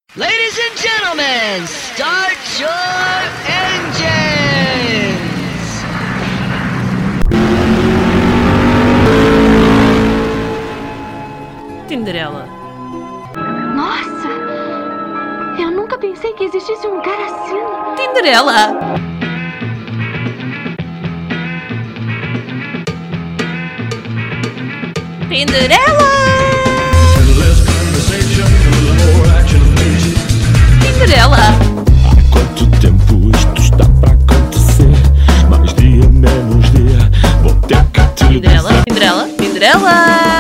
Ladies and gentlemen, start your engines! Tinderela. Nossa! Eu nunca pensei que existisse um cara assim. Tinderela. Tinderela. Tinderela. Há quanto tempo isto está para acontecer? Mais dia, menos dia, vou ter que te Tinderela. dizer. Tinderela. Tinderela.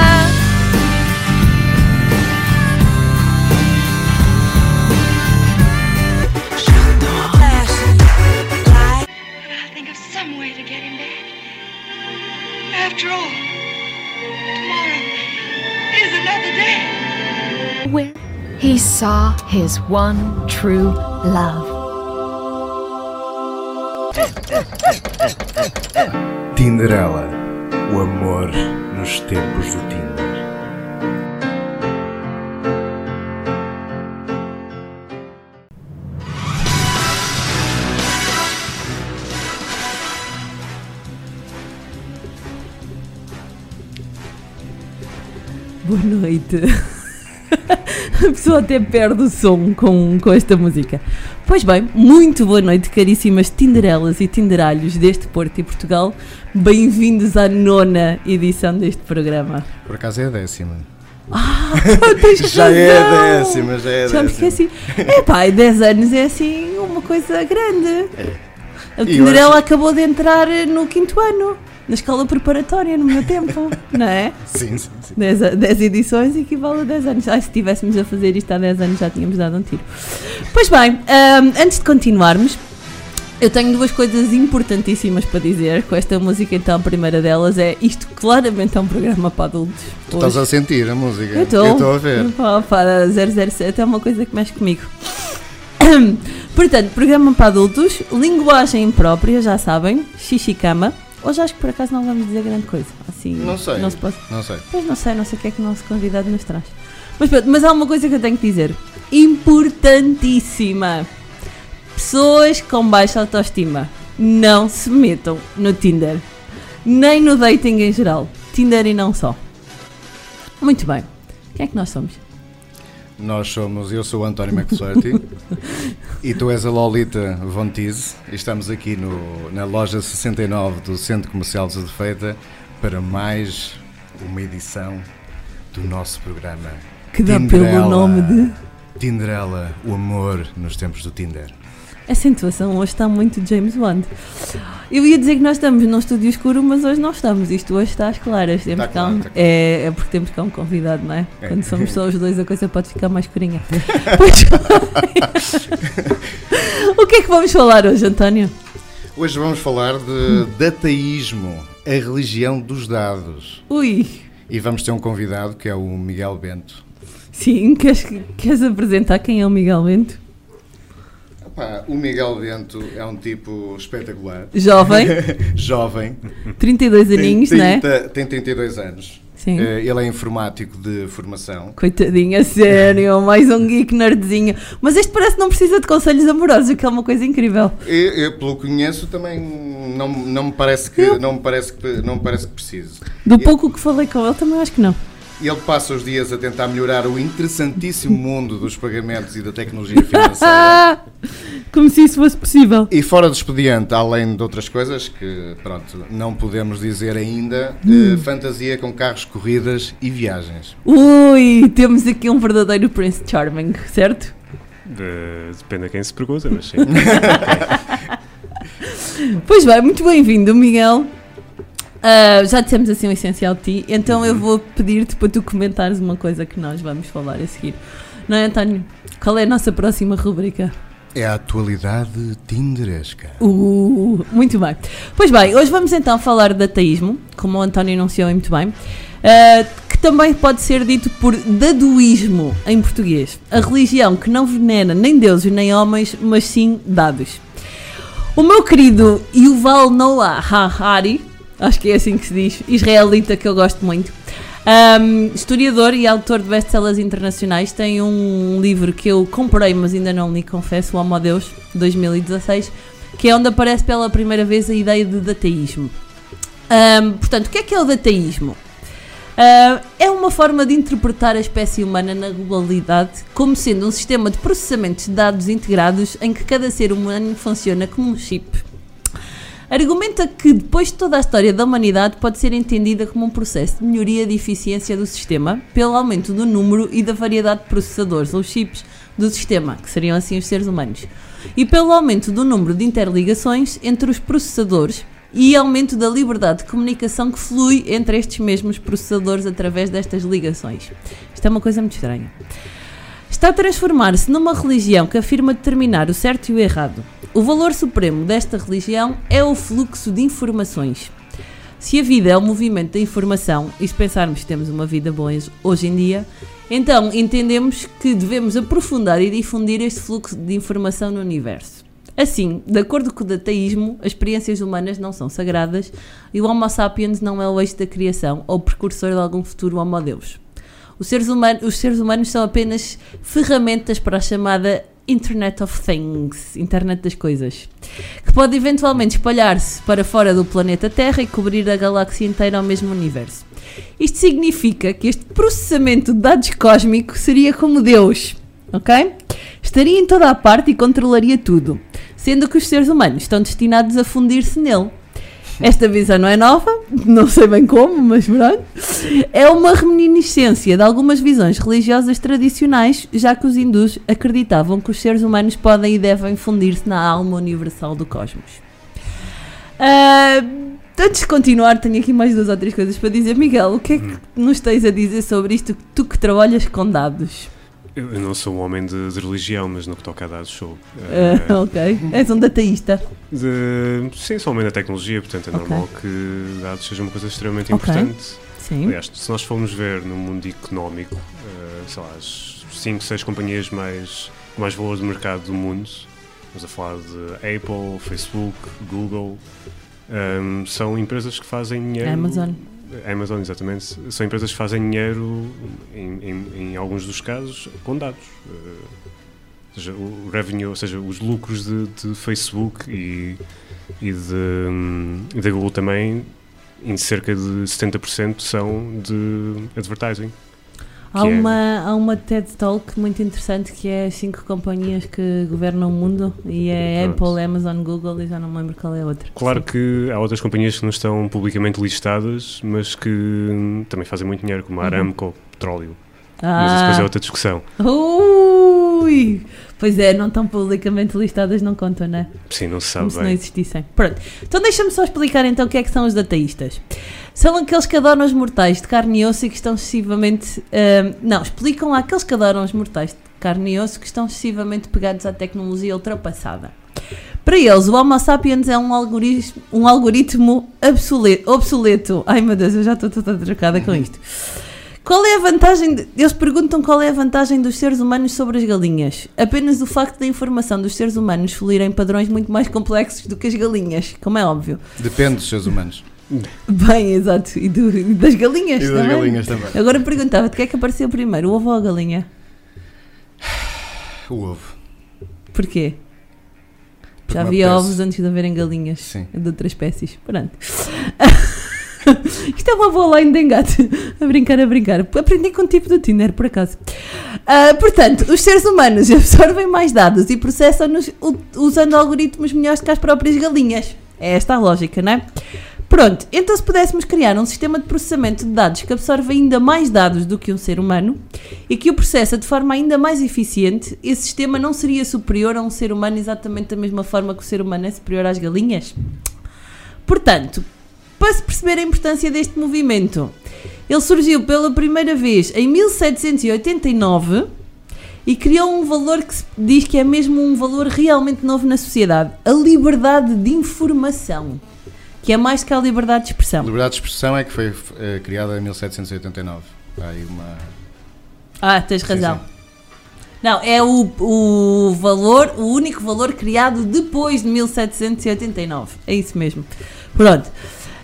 I'll think of some way to get him back. After all, tomorrow is another day. Where he saw his one true love. Tinderela, o amor nos tempos do Tinder. Boa noite. A pessoa até perde o som com esta música. Pois bem, muito boa noite, caríssimas Tinderelas e Tinderalhos deste Porto e Portugal. Bem-vindos à 9ª edição deste programa. Por acaso é a 10ª. Tens Já é a razão. 10ª, já é a 10ª. Já me esqueci. Epá, 10 anos é assim uma coisa grande. A E Tinderela eu acabou de entrar no 5º ano, na escola preparatória, no meu tempo, não é? Sim. 10 edições equivale a 10 anos. Ai, se estivéssemos a fazer isto há 10 anos já tínhamos dado um tiro. Pois bem, antes de continuarmos, eu tenho duas coisas importantíssimas para dizer com esta música. Então, a primeira delas é: isto claramente é um programa para adultos. Tu estás a sentir a música? Eu estou a ver. Pá, 007 é uma coisa que mexe comigo. Portanto, programa para adultos, linguagem imprópria, já sabem, xixi-cama. Hoje acho que por acaso não vamos dizer grande coisa. Assim, Não sei. Não se pode. Não sei. Pois não sei o que é que o nosso convidado nos traz. Mas pronto, mas há uma coisa que eu tenho que dizer. Importantíssima. Pessoas com baixa autoestima não se metam no Tinder. Nem no dating em geral. Tinder e não só. Muito bem. Quem é que nós somos? Eu sou o António McFlurty e tu és a Lolita Von Teese e estamos aqui na loja 69 do Centro Comercial de Feita para mais uma edição do nosso programa. Que dá Tinderela. pelo nome de... Tinderela, o amor nos tempos do Tinder. A acentuação hoje está muito James Bond. Eu ia dizer que nós estamos num estúdio escuro, mas hoje não estamos. Isto hoje está às claras. Temos Está claro, cá está claro. É porque temos cá um convidado, não é? É. Quando somos só os dois a coisa pode ficar mais escurinha. Pois... O que é que vamos falar hoje, António? Hoje vamos falar de dataísmo, a religião dos dados. Ui, E vamos ter um convidado que é o Miguel Bento. sim, queres apresentar quem é o Miguel Bento? Epá, o Miguel Bento é um tipo espetacular. Jovem, Jovem. 32 aninhos, não é? Tem 32 anos. Sim. Ele é informático de formação. Coitadinha, sério, mais um geek nerdzinho. Mas este parece que não precisa de conselhos amorosos, o que é uma coisa incrível. Eu pelo que conheço, também não me parece que precise. Do pouco que falei com ele, também acho que não. Ele passa os dias a tentar melhorar o interessantíssimo mundo dos pagamentos e da tecnologia financeira. Como se isso fosse possível. E fora do expediente, além de outras coisas que, pronto, não podemos dizer ainda, fantasia com carros, corridas e viagens. Ui, temos aqui um verdadeiro Prince Charming, certo? Depende a quem se pergunta, mas sim. Pois bem, muito bem-vindo, Miguel. Já dissemos assim o essencial de ti, então eu vou pedir-te para tu comentares uma coisa que nós vamos falar a seguir. Não é, António? Qual é a nossa próxima rubrica? É a atualidade tinderesca. Muito bem. Pois bem, hoje vamos então falar de ateísmo, como o António anunciou muito bem, que também pode ser dito por dadoísmo em português. A religião que não venera nem deuses nem homens, mas sim dados. O meu querido Yuval Noah Harari, acho que é assim que se diz, israelita, que eu gosto muito, Historiador e autor de best-sellers internacionais, tem um livro que eu comprei, mas ainda não li, confesso, o Homo Deus, 2016, que é onde aparece pela primeira vez a ideia de dataísmo. Portanto, o que é o dataísmo? É uma forma de interpretar a espécie humana na globalidade como sendo um sistema de processamento de dados integrados em que cada ser humano funciona como um chip. Argumenta que depois de toda a história da humanidade pode ser entendida como um processo de melhoria de eficiência do sistema pelo aumento do número e da variedade de processadores ou chips do sistema, que seriam assim os seres humanos, e pelo aumento do número de interligações entre os processadores e aumento da liberdade de comunicação que flui entre estes mesmos processadores através destas ligações. Isto é uma coisa muito estranha. Está a transformar-se numa religião que afirma determinar o certo e o errado. O valor supremo desta religião é o fluxo de informações. Se a vida é o movimento da informação, e se pensarmos que temos uma vida boa hoje em dia, então entendemos que devemos aprofundar e difundir este fluxo de informação no universo. Assim, de acordo com o dataísmo, as experiências humanas não são sagradas e o Homo sapiens não é o eixo da criação ou precursor de algum futuro Homo Deus. Os seres humanos são apenas ferramentas para a chamada Internet of Things, Internet das Coisas, que pode eventualmente espalhar-se para fora do planeta Terra e cobrir a galáxia inteira ao mesmo universo. Isto significa que este processamento de dados cósmico seria como Deus, ok? Estaria em toda a parte e controlaria tudo, sendo que os seres humanos estão destinados a fundir-se nele. Esta visão não é nova, não sei bem como, mas pronto. É uma reminiscência de algumas visões religiosas tradicionais, já que os hindus acreditavam que os seres humanos podem e devem fundir-se na alma universal do cosmos. Antes de continuar, tenho aqui mais 2 ou 3 coisas para dizer. Miguel, o que é que nos tens a dizer sobre isto, tu que trabalhas com dados? Eu não sou um homem de religião, mas no que toca a dados sou. Ok, és um dataísta. Sim, sou um homem da tecnologia, portanto é normal que dados seja uma coisa extremamente importante. Sim. Aliás, se nós formos ver no mundo económico, sei lá, as 5, 6 companhias com mais valor de mercado do mundo, estamos a falar de Apple, Facebook, Google, são empresas que fazem dinheiro. Amazon, exatamente. São empresas que fazem dinheiro, em alguns dos casos, com dados. Ou seja, o revenue, ou seja, os lucros de Facebook e da Google também, em cerca de 70% são de advertising. Há uma TED Talk muito interessante que é 5 companhias que governam o mundo e é Apple, Amazon, Google e já não me lembro qual é a outra. Claro que há outras companhias que não estão publicamente listadas, mas que também fazem muito dinheiro, como a Aramco, petróleo. Mas isso depois é outra discussão. Ui! Pois é, não estão publicamente listadas, não contam, não é? Sim, não se sabe como bem. Se não existissem. Pronto, então deixa-me só explicar então o que é que são os dataístas. São aqueles que adoram os mortais de carne e osso e que estão excessivamente... explicam àqueles que adoram os mortais de carne e osso que estão excessivamente pegados à tecnologia ultrapassada. Para eles, o Homo sapiens é um algoritmo obsoleto. Ai meu Deus, eu já estou toda trocada com isto. Qual é a vantagem? Eles perguntam qual é a vantagem dos seres humanos sobre as galinhas. Apenas o facto da informação dos seres humanos fluir em padrões muito mais complexos do que as galinhas, como é óbvio. Depende dos seres humanos. Bem, exato. E das galinhas também. E das galinhas também. Agora perguntava-te, o que é que apareceu primeiro, o ovo ou a galinha? O ovo. Porquê? Já havia ovos antes de haverem galinhas. Sim. De outras espécies. Pronto. Isto é uma boa line de engate. A brincar. Aprendi com o tipo do Tinder, por acaso. Portanto, os seres humanos absorvem mais dados e processam-nos usando algoritmos melhores que as próprias galinhas. É esta a lógica, não é? Pronto, então se pudéssemos criar um sistema de processamento de dados que absorve ainda mais dados do que um ser humano e que o processa de forma ainda mais eficiente, esse sistema não seria superior a um ser humano exatamente da mesma forma que o ser humano é superior às galinhas? Portanto, para se perceber a importância deste movimento, ele surgiu pela primeira vez em 1789 e criou um valor que se diz que é mesmo um valor realmente novo na sociedade, a liberdade de informação. Que é mais que a liberdade de expressão. A liberdade de expressão é que foi criada em 1789. Aí tens razão. Sim. Não, é o valor, o único valor criado depois de 1789. É isso mesmo. Pronto.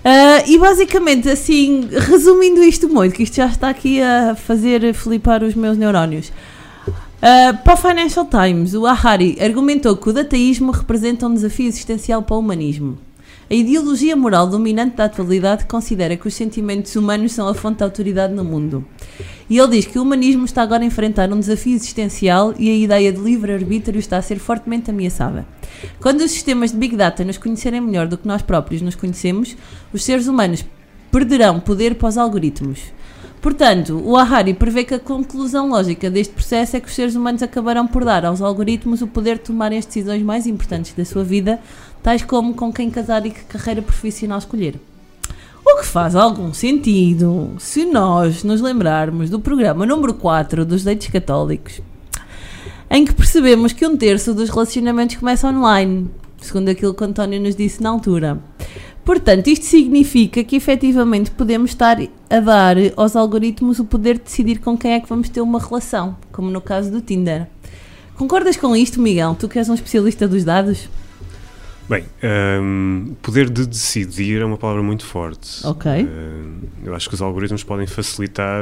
E basicamente, assim, resumindo isto muito, que isto já está aqui a fazer flipar os meus neurónios. Para o Financial Times, o Harari argumentou que o dataísmo representa um desafio existencial para o humanismo. A ideologia moral dominante da atualidade considera que os sentimentos humanos são a fonte da autoridade no mundo. E ele diz que o humanismo está agora a enfrentar um desafio existencial e a ideia de livre-arbítrio está a ser fortemente ameaçada. Quando os sistemas de Big Data nos conhecerem melhor do que nós próprios nos conhecemos, os seres humanos perderão poder para os algoritmos. Portanto, o Harari prevê que a conclusão lógica deste processo é que os seres humanos acabarão por dar aos algoritmos o poder de tomarem as decisões mais importantes da sua vida, tais como com quem casar e que carreira profissional escolher. O que faz algum sentido se nós nos lembrarmos do programa número 4 dos Dates Católicos, em que percebemos que 1/3 dos relacionamentos começa online, segundo aquilo que o António nos disse na altura. Portanto, isto significa que efetivamente podemos estar a dar aos algoritmos o poder de decidir com quem é que vamos ter uma relação, como no caso do Tinder. Concordas com isto, Miguel? Tu que és um especialista dos dados? Bem, poder de decidir é uma palavra muito forte. Ok. Eu acho que os algoritmos podem facilitar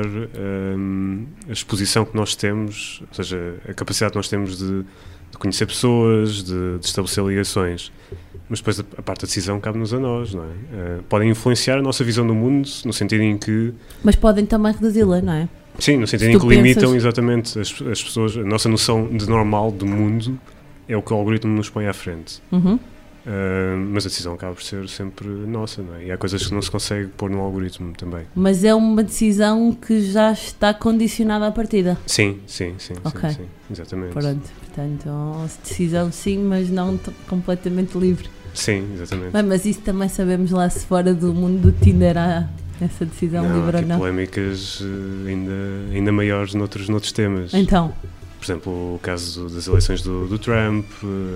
a exposição que nós temos, ou seja, a capacidade que nós temos de conhecer pessoas, de estabelecer ligações. Mas depois a parte da decisão cabe-nos a nós, não é? Podem influenciar a nossa visão do mundo, no sentido em que... Mas podem também reduzi-la, não é? Sim, no sentido em que limitam exatamente as pessoas, a nossa noção de normal do mundo é o que o algoritmo nos põe à frente. Uhum. Mas a decisão acaba por ser sempre nossa, não é? E há coisas que não se consegue pôr no algoritmo também. Mas é uma decisão que já está condicionada à partida? Sim, Ok. sim, exatamente. Portanto, decisão sim, mas não completamente livre. Sim, exatamente. Mas isso também sabemos lá se fora do mundo do Tinder há essa decisão livre há ou não. Polémicas ainda maiores noutros temas. Então? Por exemplo, o caso das eleições do Trump.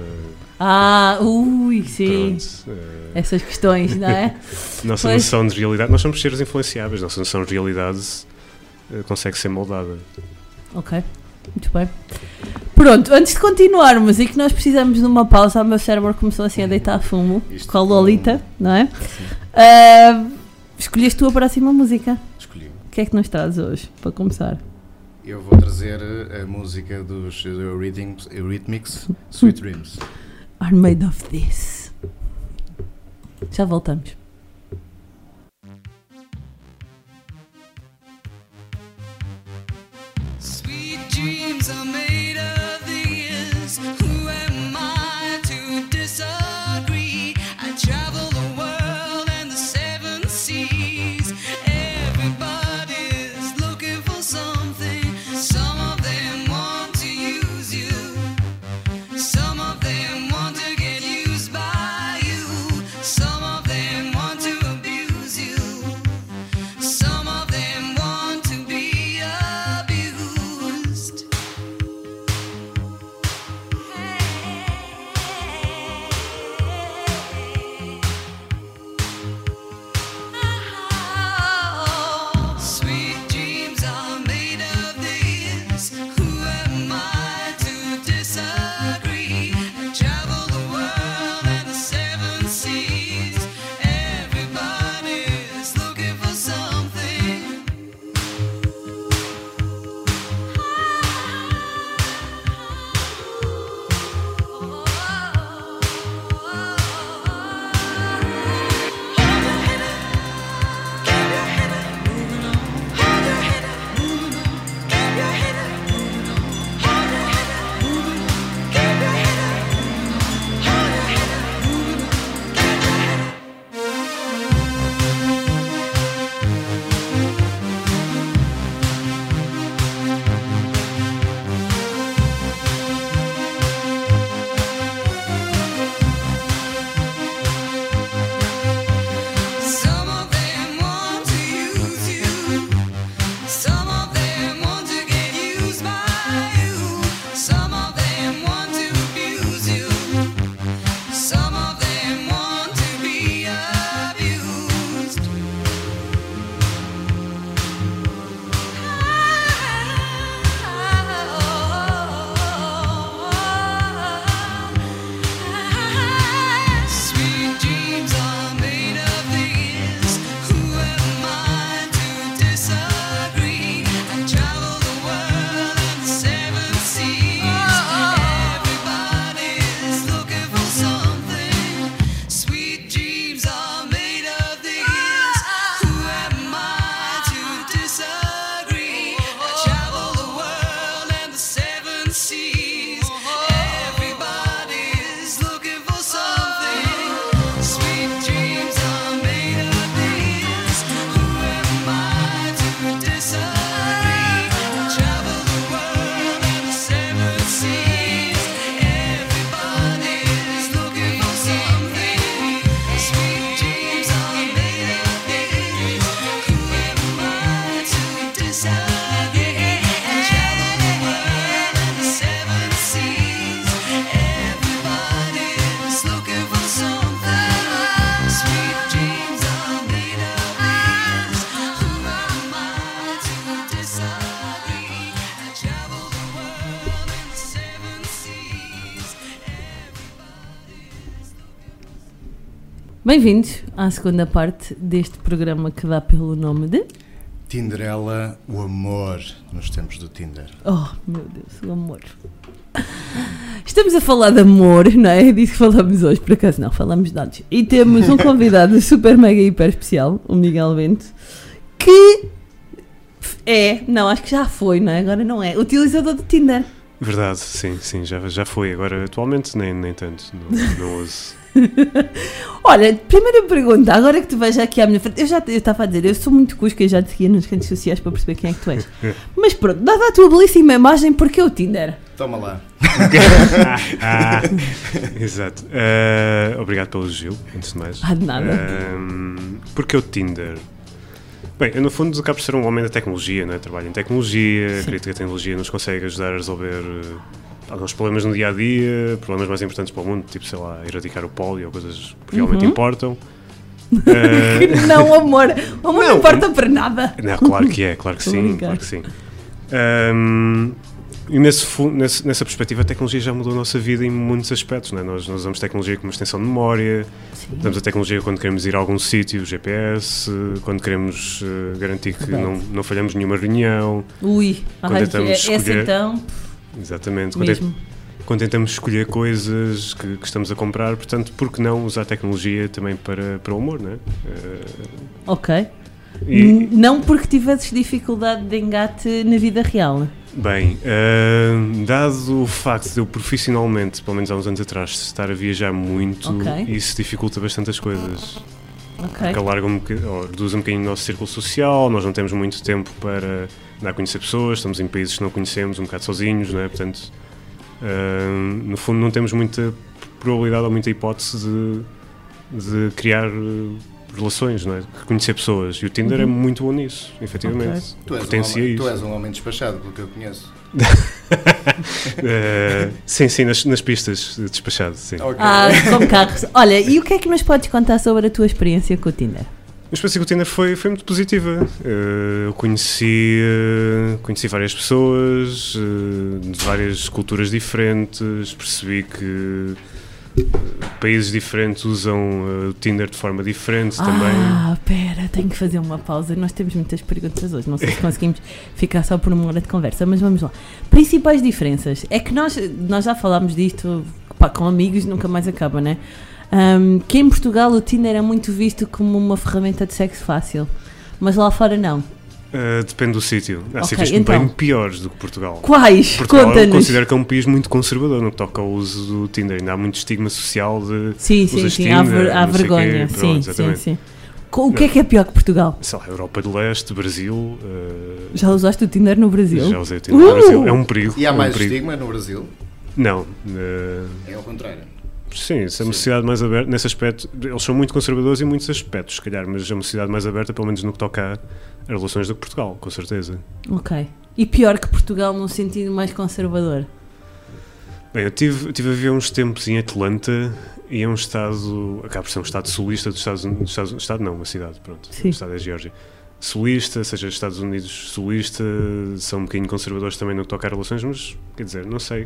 Sim. Pronto, essas questões, não é? Nossa noção de realidade. Nós somos seres influenciáveis. Nossa noção de realidade consegue ser moldada. Ok, muito bem. Pronto, antes de continuarmos e que nós precisamos de uma pausa, o meu cérebro começou assim a deitar fumo com a Lolita, não é? Escolheste tu a próxima música? Escolhi. O que é que nos trazes hoje, para começar? Eu vou trazer a música dos Eurythmics, Sweet Dreams. Are made of this. Já voltamos. Sweet dreams are made of this. Who am I to disagree? I travel the world and the 7 seas. Everybody's looking for something. Some of them want to use you. Some of them want to get used by you. Some of them Bem-vindos à segunda parte deste programa que dá pelo nome de... Tinderela, o amor nos tempos do Tinder. Oh, meu Deus, o amor. Estamos a falar de amor, não é? É disso que falamos hoje, por acaso não, falamos de dados. E temos um convidado super mega hiper especial, o Miguel Bento, que acho que já foi, não é? Agora não é, utilizador do Tinder. Verdade, sim, já foi. Agora, atualmente, nem tanto, não uso. Olha, primeira pergunta, agora que tu vais aqui à minha frente, eu estava a dizer, eu sou muito cusca e já te seguia nas redes sociais para perceber quem é que tu és. Mas pronto, dada a tua belíssima imagem, porquê o Tinder? Toma lá. Exato. Obrigado pelo elogio, antes de mais. De nada. Porque o Tinder? Bem, eu no fundo acabo por ser um homem da tecnologia, né? Trabalho em tecnologia, acredito que a tecnologia nos consegue ajudar a resolver alguns problemas no dia-a-dia, problemas mais importantes para o mundo, tipo, sei lá, erradicar o pólio ou coisas que realmente importam. Não, amor não importa para nada. Não, claro que sim, claro que sim. E nessa perspectiva a tecnologia já mudou a nossa vida em muitos aspectos, né? Nós usamos tecnologia como extensão de memória, usamos a tecnologia quando queremos ir a algum sítio, GPS, quando queremos garantir que não falhamos nenhuma reunião. Quando tentamos escolher... então... Exatamente, quando tentamos escolher coisas que estamos a comprar, portanto, por que não usar a tecnologia também para o humor, não é? Ok. Não porque tivesses dificuldade de engate na vida real. Bem, dado o facto de eu profissionalmente, pelo menos há uns anos atrás, estar a viajar muito, isso dificulta bastante as coisas. Porque alarga ou reduz um bocadinho o nosso círculo social, nós não temos muito tempo para dar a conhecer pessoas, estamos em países que não conhecemos, um bocado sozinhos, não é? Portanto, no fundo não temos muita probabilidade ou muita hipótese de criar relações, não é? Conhecer pessoas, e o Tinder é muito bom nisso, efetivamente. Potencia isso. Tu és um homem despachado, pelo que eu conheço. Sim, nas pistas, despachado, sim. Com carros. Olha, e o que é que nos podes contar sobre a tua experiência com o Tinder? A experiência com o Tinder foi muito positiva. Eu conheci várias pessoas de várias culturas diferentes, percebi que países diferentes usam o Tinder de forma diferente também. Pera, tenho que fazer uma pausa. Nós temos muitas perguntas hoje. Não sei se conseguimos ficar só por uma hora de conversa, mas vamos lá. Principais diferenças. É que nós já falámos disto, com amigos nunca mais acaba, né? Que em Portugal o Tinder é muito visto como uma ferramenta de sexo fácil, mas lá fora não. Depende do sítio. Há sítios bem piores do que Portugal. Quais? Portugal Conta-nos. Eu considero que é um país muito conservador no que toca ao uso do Tinder. Ainda há muito estigma social de sim, Tinder, há vergonha. Pronto, sim. O que é pior que Portugal? Sei lá, Europa do Leste, Brasil. Já usaste o Tinder no Brasil? Já usei o Tinder no Brasil. É um perigo. E há mais estigma no Brasil? Não. É ao contrário. Sim, é uma sociedade mais aberta nesse aspecto. Eles são muito conservadores em muitos aspectos, se calhar, mas é uma sociedade mais aberta, pelo menos no que toca a relações do que Portugal, com certeza. Ok. E pior que Portugal num sentido mais conservador? Bem, eu tive a viver uns tempos em Atlanta e é um estado, acaba por ser um estado sulista dos Estados Unidos, estado não, uma cidade, pronto, o estado é a Geórgia. Sulista, seja Estados Unidos sulista, são um bocadinho conservadores também no que toca a relações, mas, quer dizer, não sei...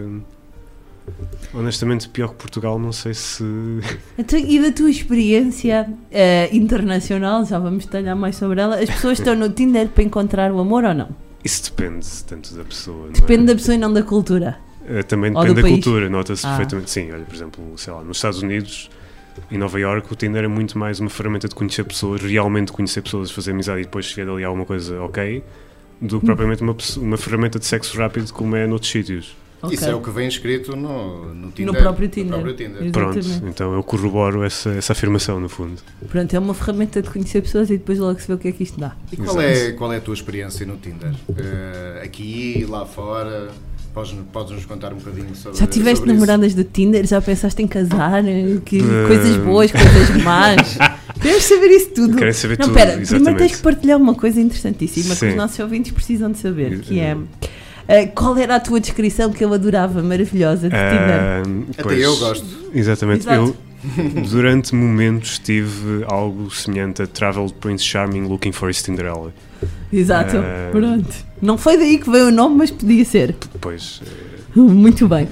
honestamente, pior que Portugal, não sei se... Então, e da tua experiência internacional, já vamos detalhar mais sobre ela, as pessoas estão no Tinder para encontrar o amor ou não? Isso depende tanto da pessoa. Depende da pessoa e não da cultura. Também depende da cultura, nota-se perfeitamente. Sim, olha, por exemplo, sei lá, nos Estados Unidos, em Nova Iorque, o Tinder é muito mais uma ferramenta de conhecer pessoas, realmente conhecer pessoas, fazer amizade e depois se vier ali alguma coisa ok, do que propriamente uma ferramenta de sexo rápido como é noutros sítios. Okay. Isso é o que vem escrito no Tinder. No próprio Tinder. Pronto, então eu corroboro essa afirmação, no fundo. Pronto, é uma ferramenta de conhecer pessoas e depois logo se vê o que é que isto dá. E qual é a tua experiência no Tinder? Aqui, lá fora? Podes-nos contar um bocadinho sobre isso? Já tiveste namoradas do Tinder? Já pensaste em casar? Coisas boas, coisas más? Queres saber isso tudo? Querem saber tudo, Espera, exatamente. Primeiro tens que partilhar uma coisa interessantíssima que os nossos ouvintes precisam de saber, que é... qual era a tua descrição que eu adorava, maravilhosa, de Tinder? Até eu gosto. Exatamente. Eu, durante momentos, tive algo semelhante a Traveled Prince Charming Looking for his Tinderella. Exato, pronto. Não foi daí que veio o nome, mas podia ser. Pois. Muito bem.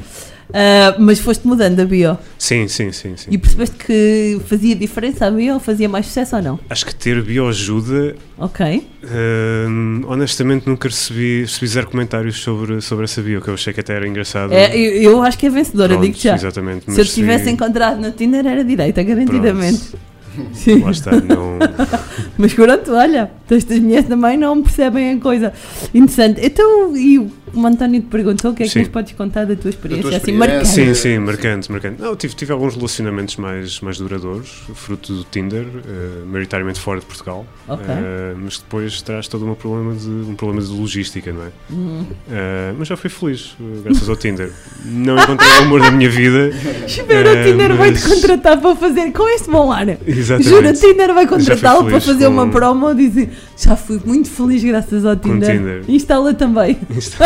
Mas foste mudando a bio. Sim. E percebeste que fazia diferença a bio ou fazia mais sucesso ou não? Acho que ter bio ajuda. Ok. Honestamente nunca recebi zero comentários sobre essa bio, que eu achei que até era engraçado. Eu acho que é vencedora, Pronto, digo já. exatamente, Se eu te tivesse encontrado no Tinder era direita, garantidamente. Sim. Lá está, não... Mas pronto, olha, estas mulheres também não percebem a coisa. Interessante. Então, e o António te perguntou o que é que nos podes contar da tua experiência, assim, marcante? Sim, marcante. Não, tive alguns relacionamentos mais duradouros, fruto do Tinder, maioritariamente fora de Portugal. Okay. Mas depois traz todo um problema de logística, não é? Mas já fui feliz, graças ao Tinder. Não encontrei o amor da minha vida. Espera, o Tinder vai-te contratar para fazer com este bom ar. Exatamente. Juro, o Tinder vai contratá-lo para fazer uma promo, dizer, já fui muito feliz graças ao Tinder. Instala também.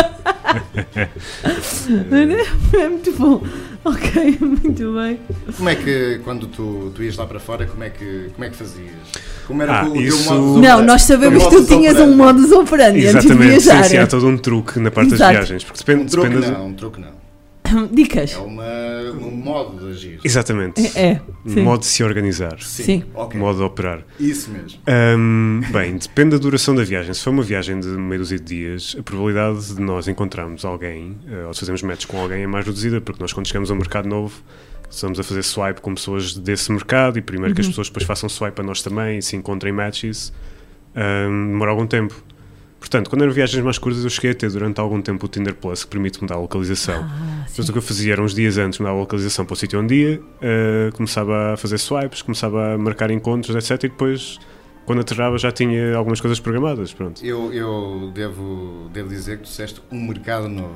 É muito bom. Ok, muito bem. Como é que, quando tu ias lá para fora, como é que fazias? Como era o teu isso... modus Não, nós sabemos que tu tinhas um modus operandi antes de viajar. Sim, há todo um truque na parte das viagens. Porque depende, Um truque não. Dicas. É um modo de agir. Exatamente. Um modo de se organizar. Sim. Okay. Um modo de operar. Isso mesmo. Bem, depende da duração da viagem. Se for uma viagem de meia dúzia de dias, a probabilidade de nós encontrarmos alguém, ou de fazermos match com alguém, é mais reduzida, porque nós, quando chegamos a um mercado novo, estamos a fazer swipe com pessoas desse mercado, e primeiro que as pessoas depois façam swipe a nós também, e se encontrem matches, demora algum tempo. Portanto, quando eram viagens mais curtas, eu cheguei a ter durante algum tempo o Tinder Plus, que permite mudar a localização. Então, o que eu fazia era uns dias antes mudar a localização para o sítio onde ia, começava a fazer swipes, começava a marcar encontros, etc. E depois, quando aterrava, já tinha algumas coisas programadas. Pronto. Eu devo dizer que tu disseste um mercado novo.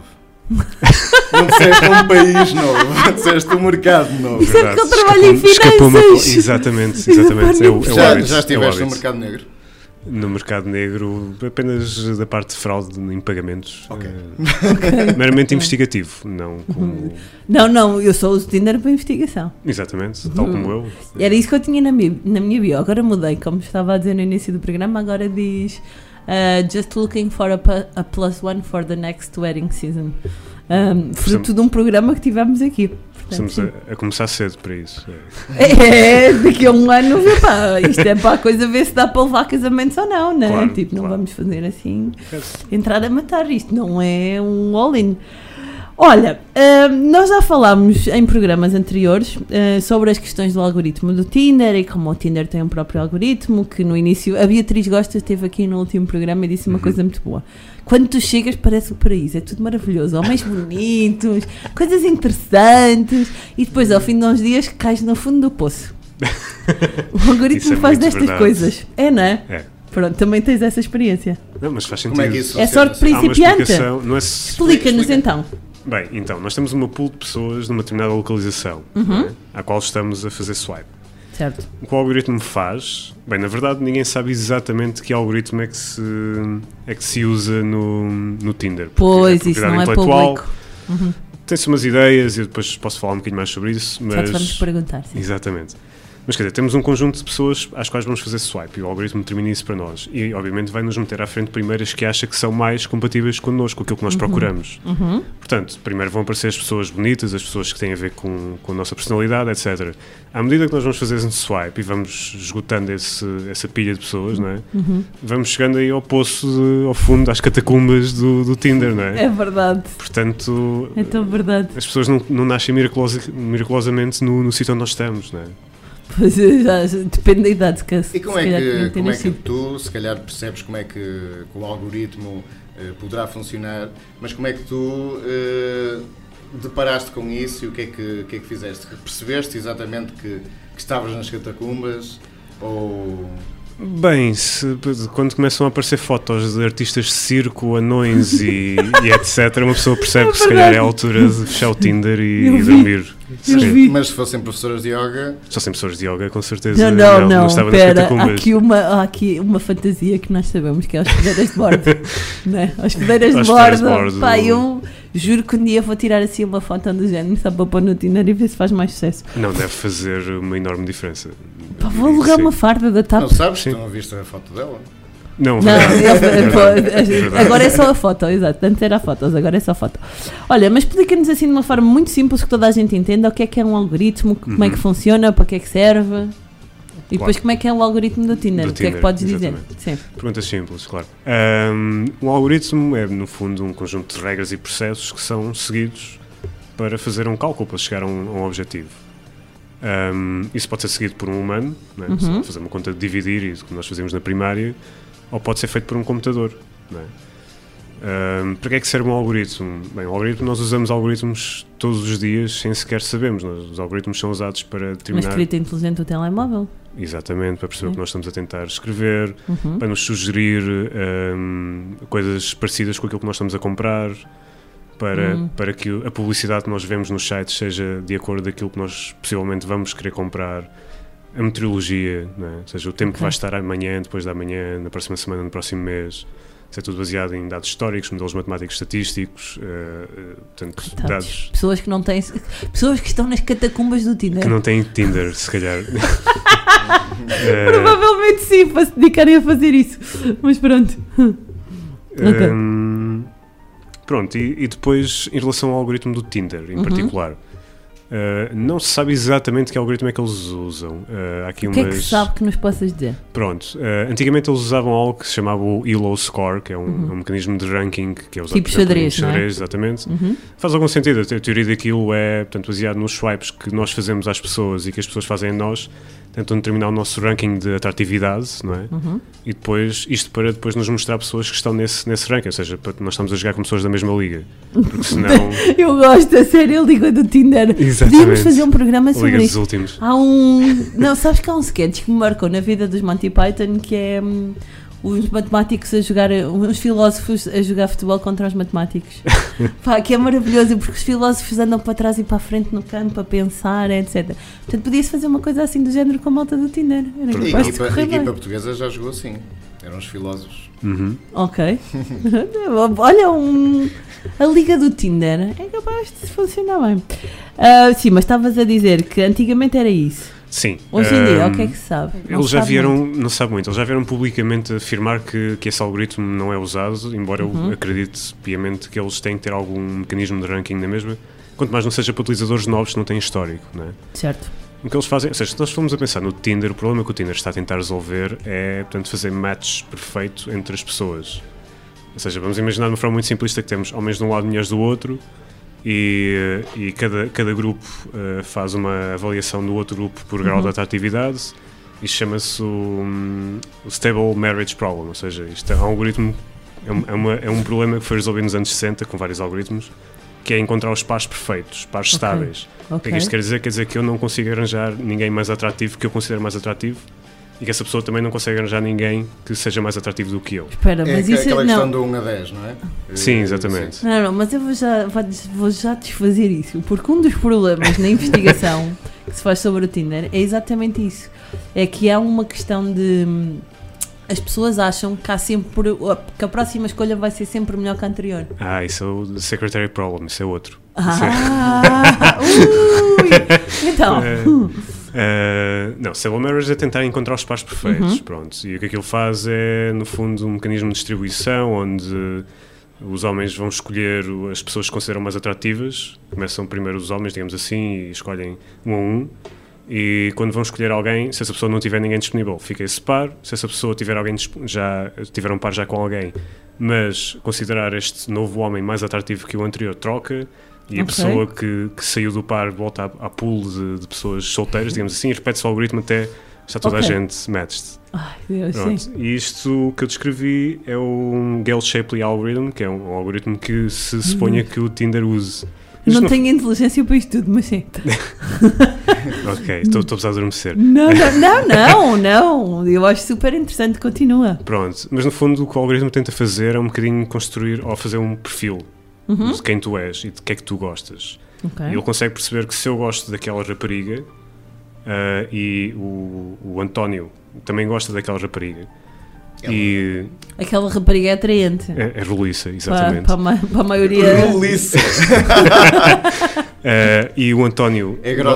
Não disseste um país novo, disseste um mercado novo. Isso é porque ele trabalha em finanças. Exatamente. Já estiveste no mercado negro? No mercado negro, apenas da parte de fraude em pagamentos. Ok. Meramente investigativo, não como... Não, eu só uso Tinder para investigação. Exatamente, tal como eu. Era isso que eu tinha na minha bio. Agora mudei, como estava a dizer no início do programa, agora diz just looking for a plus one for the next wedding season. Fruto de um programa que tivemos aqui. Estamos a começar cedo para isso. Daqui a um ano, pá, isto é para a coisa ver se dá para levar casamentos ou não, né? Claro, tipo, não vamos fazer assim, entrar a matar. Isto não é um all-in. Olha, nós já falámos em programas anteriores sobre as questões do algoritmo do Tinder e como o Tinder tem um próprio algoritmo, que no início, a Beatriz Gosta esteve aqui no último programa e disse uma coisa muito boa. Quando tu chegas parece o paraíso, é tudo maravilhoso, homens bonitos, coisas interessantes, e depois ao fim de uns dias cais no fundo do poço. O algoritmo faz destas coisas, não é? É. Pronto, também tens essa experiência. Não, mas faz sentido. Como é que isso é sorte principiante? Não é... Explica-nos então. Bem, então, nós temos uma pool de pessoas numa determinada localização, não é? À qual estamos a fazer swipe. Certo. O que o algoritmo faz? Bem, na verdade ninguém sabe exatamente que algoritmo é que se usa no Tinder. Pois, isso não é público. Tem-se umas ideias e eu depois posso falar um bocadinho mais sobre isso. Mas... Já te vamos perguntar, sim. Exatamente. Mas quer dizer, temos um conjunto de pessoas às quais vamos fazer swipe e o algoritmo determina isso para nós. E obviamente vai-nos meter à frente primeiras que acha que são mais compatíveis connosco, com aquilo que nós procuramos. Portanto, primeiro vão aparecer as pessoas bonitas, as pessoas que têm a ver com a nossa personalidade, etc. À medida que nós vamos fazer esse swipe e vamos esgotando essa pilha de pessoas, não é? Vamos chegando aí ao poço, ao fundo, às catacumbas do Tinder, não é? É verdade. Portanto, é tão verdade. As pessoas não nascem miraculosamente no sítio onde nós estamos, não é? Pois já depende da idade. E como é que tu, se calhar, percebes como é que o algoritmo poderá funcionar, mas como é que tu deparaste com isso e o que é que fizeste? Percebeste exatamente que estavas nas catacumbas ou... Bem, quando começam a aparecer fotos de artistas de circo, anões e etc, uma pessoa percebe que se calhar é a altura de fechar o Tinder e dormir. Mas se fossem professoras de yoga... Se fossem professores de yoga, com certeza não estava nas catacumbas. Há aqui uma fantasia que nós sabemos que é hospedeiras de bordo. Não é? Hospedeiras de bordo. Pá, eu juro que um dia vou tirar assim uma foto do género só para pôr no Tinder e ver se faz mais sucesso. Não, deve fazer uma enorme diferença. Pá, vou alugar uma farda da TAP. Não sabes? Tu não viste a foto dela? Não, Não, verdade. agora é só a foto, exato. Antes era fotos, agora é só foto. Olha, mas explica-nos assim de uma forma muito simples que toda a gente entenda o que é um algoritmo, como é que funciona, para que é que serve. E depois como é que é o algoritmo do Tinder? Do O que é que Tinder, podes dizer? exatamente. Sim. Perguntas simples, claro. Um algoritmo é, no fundo, um conjunto de regras e processos que são seguidos para fazer um cálculo, para chegar a um objetivo. Isso pode ser seguido por um humano, não é? Só fazer uma conta de dividir, isso que nós fazemos na primária, ou pode ser feito por um computador. Não é? Para que é que serve um algoritmo? Bem, o algoritmo, nós usamos algoritmos todos os dias sem sequer sabermos. Os algoritmos são usados para Uma determinar... escrita inteligente do telemóvel. Exatamente, para perceber o que nós estamos a tentar escrever, para nos sugerir coisas parecidas com aquilo que nós estamos a comprar, para que a publicidade que nós vemos nos sites seja de acordo com aquilo que nós possivelmente vamos querer comprar, a meteorologia, não é? Ou seja, o tempo que vai estar amanhã, depois da manhã, na próxima semana, no próximo mês. Isso é tudo baseado em dados históricos, modelos matemáticos estatísticos, portanto, dados Pessoas que não têm. Pessoas que estão nas catacumbas do Tinder. que não têm Tinder, se calhar. Provavelmente sim, para se dedicarem a fazer isso. Mas pronto. Ok. Pronto, e depois, em relação ao algoritmo do Tinder, em particular, não se sabe exatamente que algoritmo é que eles usam. Há aqui O que é que se sabe que nos possas dizer? Pronto, antigamente eles usavam algo que se chamava o Elo Score, que é um mecanismo de ranking que é usado Tipo por exemplo, em xadrez, não é? xadrez, exatamente. Faz algum sentido, a teoria daquilo é, portanto, baseado nos swipes que nós fazemos às pessoas e que as pessoas fazem a nós, tentam determinar o nosso ranking de atratividade, não é? E depois, isto para depois nos mostrar pessoas que estão nesse ranking, ou seja, para nós estamos a jogar com pessoas da mesma liga, porque senão... Eu gosto, a sério, a liga do Tinder. Exatamente. Podíamos fazer um programa sobre Liga dos isso. últimos. Há não, sabes que há um sketch que me marcou na vida dos Monty Python, que é os matemáticos a jogar, os filósofos a jogar futebol contra os matemáticos. Pá, que é maravilhoso, porque os filósofos andam para trás e para a frente no campo a pensar, etc. Portanto, podia-se fazer uma coisa assim do género com a malta do Tinder. Era A capaz de correr equipa bem. portuguesa já jogou assim. Eram os filósofos. Ok. Olha, a liga do Tinder é capaz de funcionar bem. Sim, mas estavas a dizer que antigamente era isso. Sim. Hoje em dia, o que é que se sabe? Não Eles se já sabe vieram, muito. não sabe muito, eles já vieram publicamente afirmar que esse algoritmo não é usado, embora eu acredite piamente que eles têm que ter algum mecanismo de ranking na mesma, quanto mais não seja para utilizadores novos que não têm histórico, não é? Certo. O que eles fazem, ou seja, se nós formos a pensar no Tinder, o problema que o Tinder está a tentar resolver é, portanto, fazer match perfeito entre as pessoas. Ou seja, vamos imaginar de uma forma muito simplista que temos homens de um lado e mulheres do outro, e cada grupo faz uma avaliação do outro grupo por grau de atratividade. Isto chama-se o Stable Marriage Problem, ou seja, isto é um algoritmo, é um problema que foi resolvido nos anos 60 com vários algoritmos, que é encontrar os pares perfeitos, os pares estáveis. O que é que isto quer dizer? Quer dizer que eu não consigo arranjar ninguém mais atrativo que eu considero mais atrativo, e que essa pessoa também não consegue arranjar ninguém que seja mais atrativo do que eu. Espera, É mas isso aquela não. questão do 1 a 10, não é? Sim, exatamente. Não, mas eu vou já desfazer isso, porque um dos problemas na investigação que se faz sobre o Tinder é exatamente isso. É que há uma questão de... As pessoas acham que há sempre... que a próxima escolha vai ser sempre melhor que a anterior. Isso é o Secretary Problem, isso é outro. Ui! Então... Não, Stable Marriage é tentar encontrar os pares perfeitos, pronto. E o que aquilo faz é, no fundo, um mecanismo de distribuição onde os homens vão escolher as pessoas que consideram mais atrativas. Começam primeiro os homens, digamos assim, e escolhem um a um. E quando vão escolher alguém, se essa pessoa não tiver ninguém disponível, fica esse par. Se essa pessoa tiver alguém já tiver um par já com alguém, mas considerar este novo homem mais atrativo que o anterior, troca. E a pessoa que saiu do par volta à pool de pessoas solteiras, digamos assim, e repete-se o algoritmo até está toda a gente matched. Ai, Deus, sim. E isto que eu descrevi é o Gale-Shapley Algorithm, que é um algoritmo que se suponha que o Tinder use. Não tenho inteligência para isto tudo, mas sim. Ok, estou a precisar adormecer. Não. Eu acho super interessante, continua. Pronto, mas no fundo o que o algoritmo tenta fazer é um bocadinho construir ou fazer um perfil de quem tu és e de que é que tu gostas. Okay. E ele consegue perceber que se eu gosto daquela rapariga e o António também gosta daquela rapariga. E aquela rapariga é atraente. é roliça, exatamente. Para a maioria. Roliça. E o António É grossa.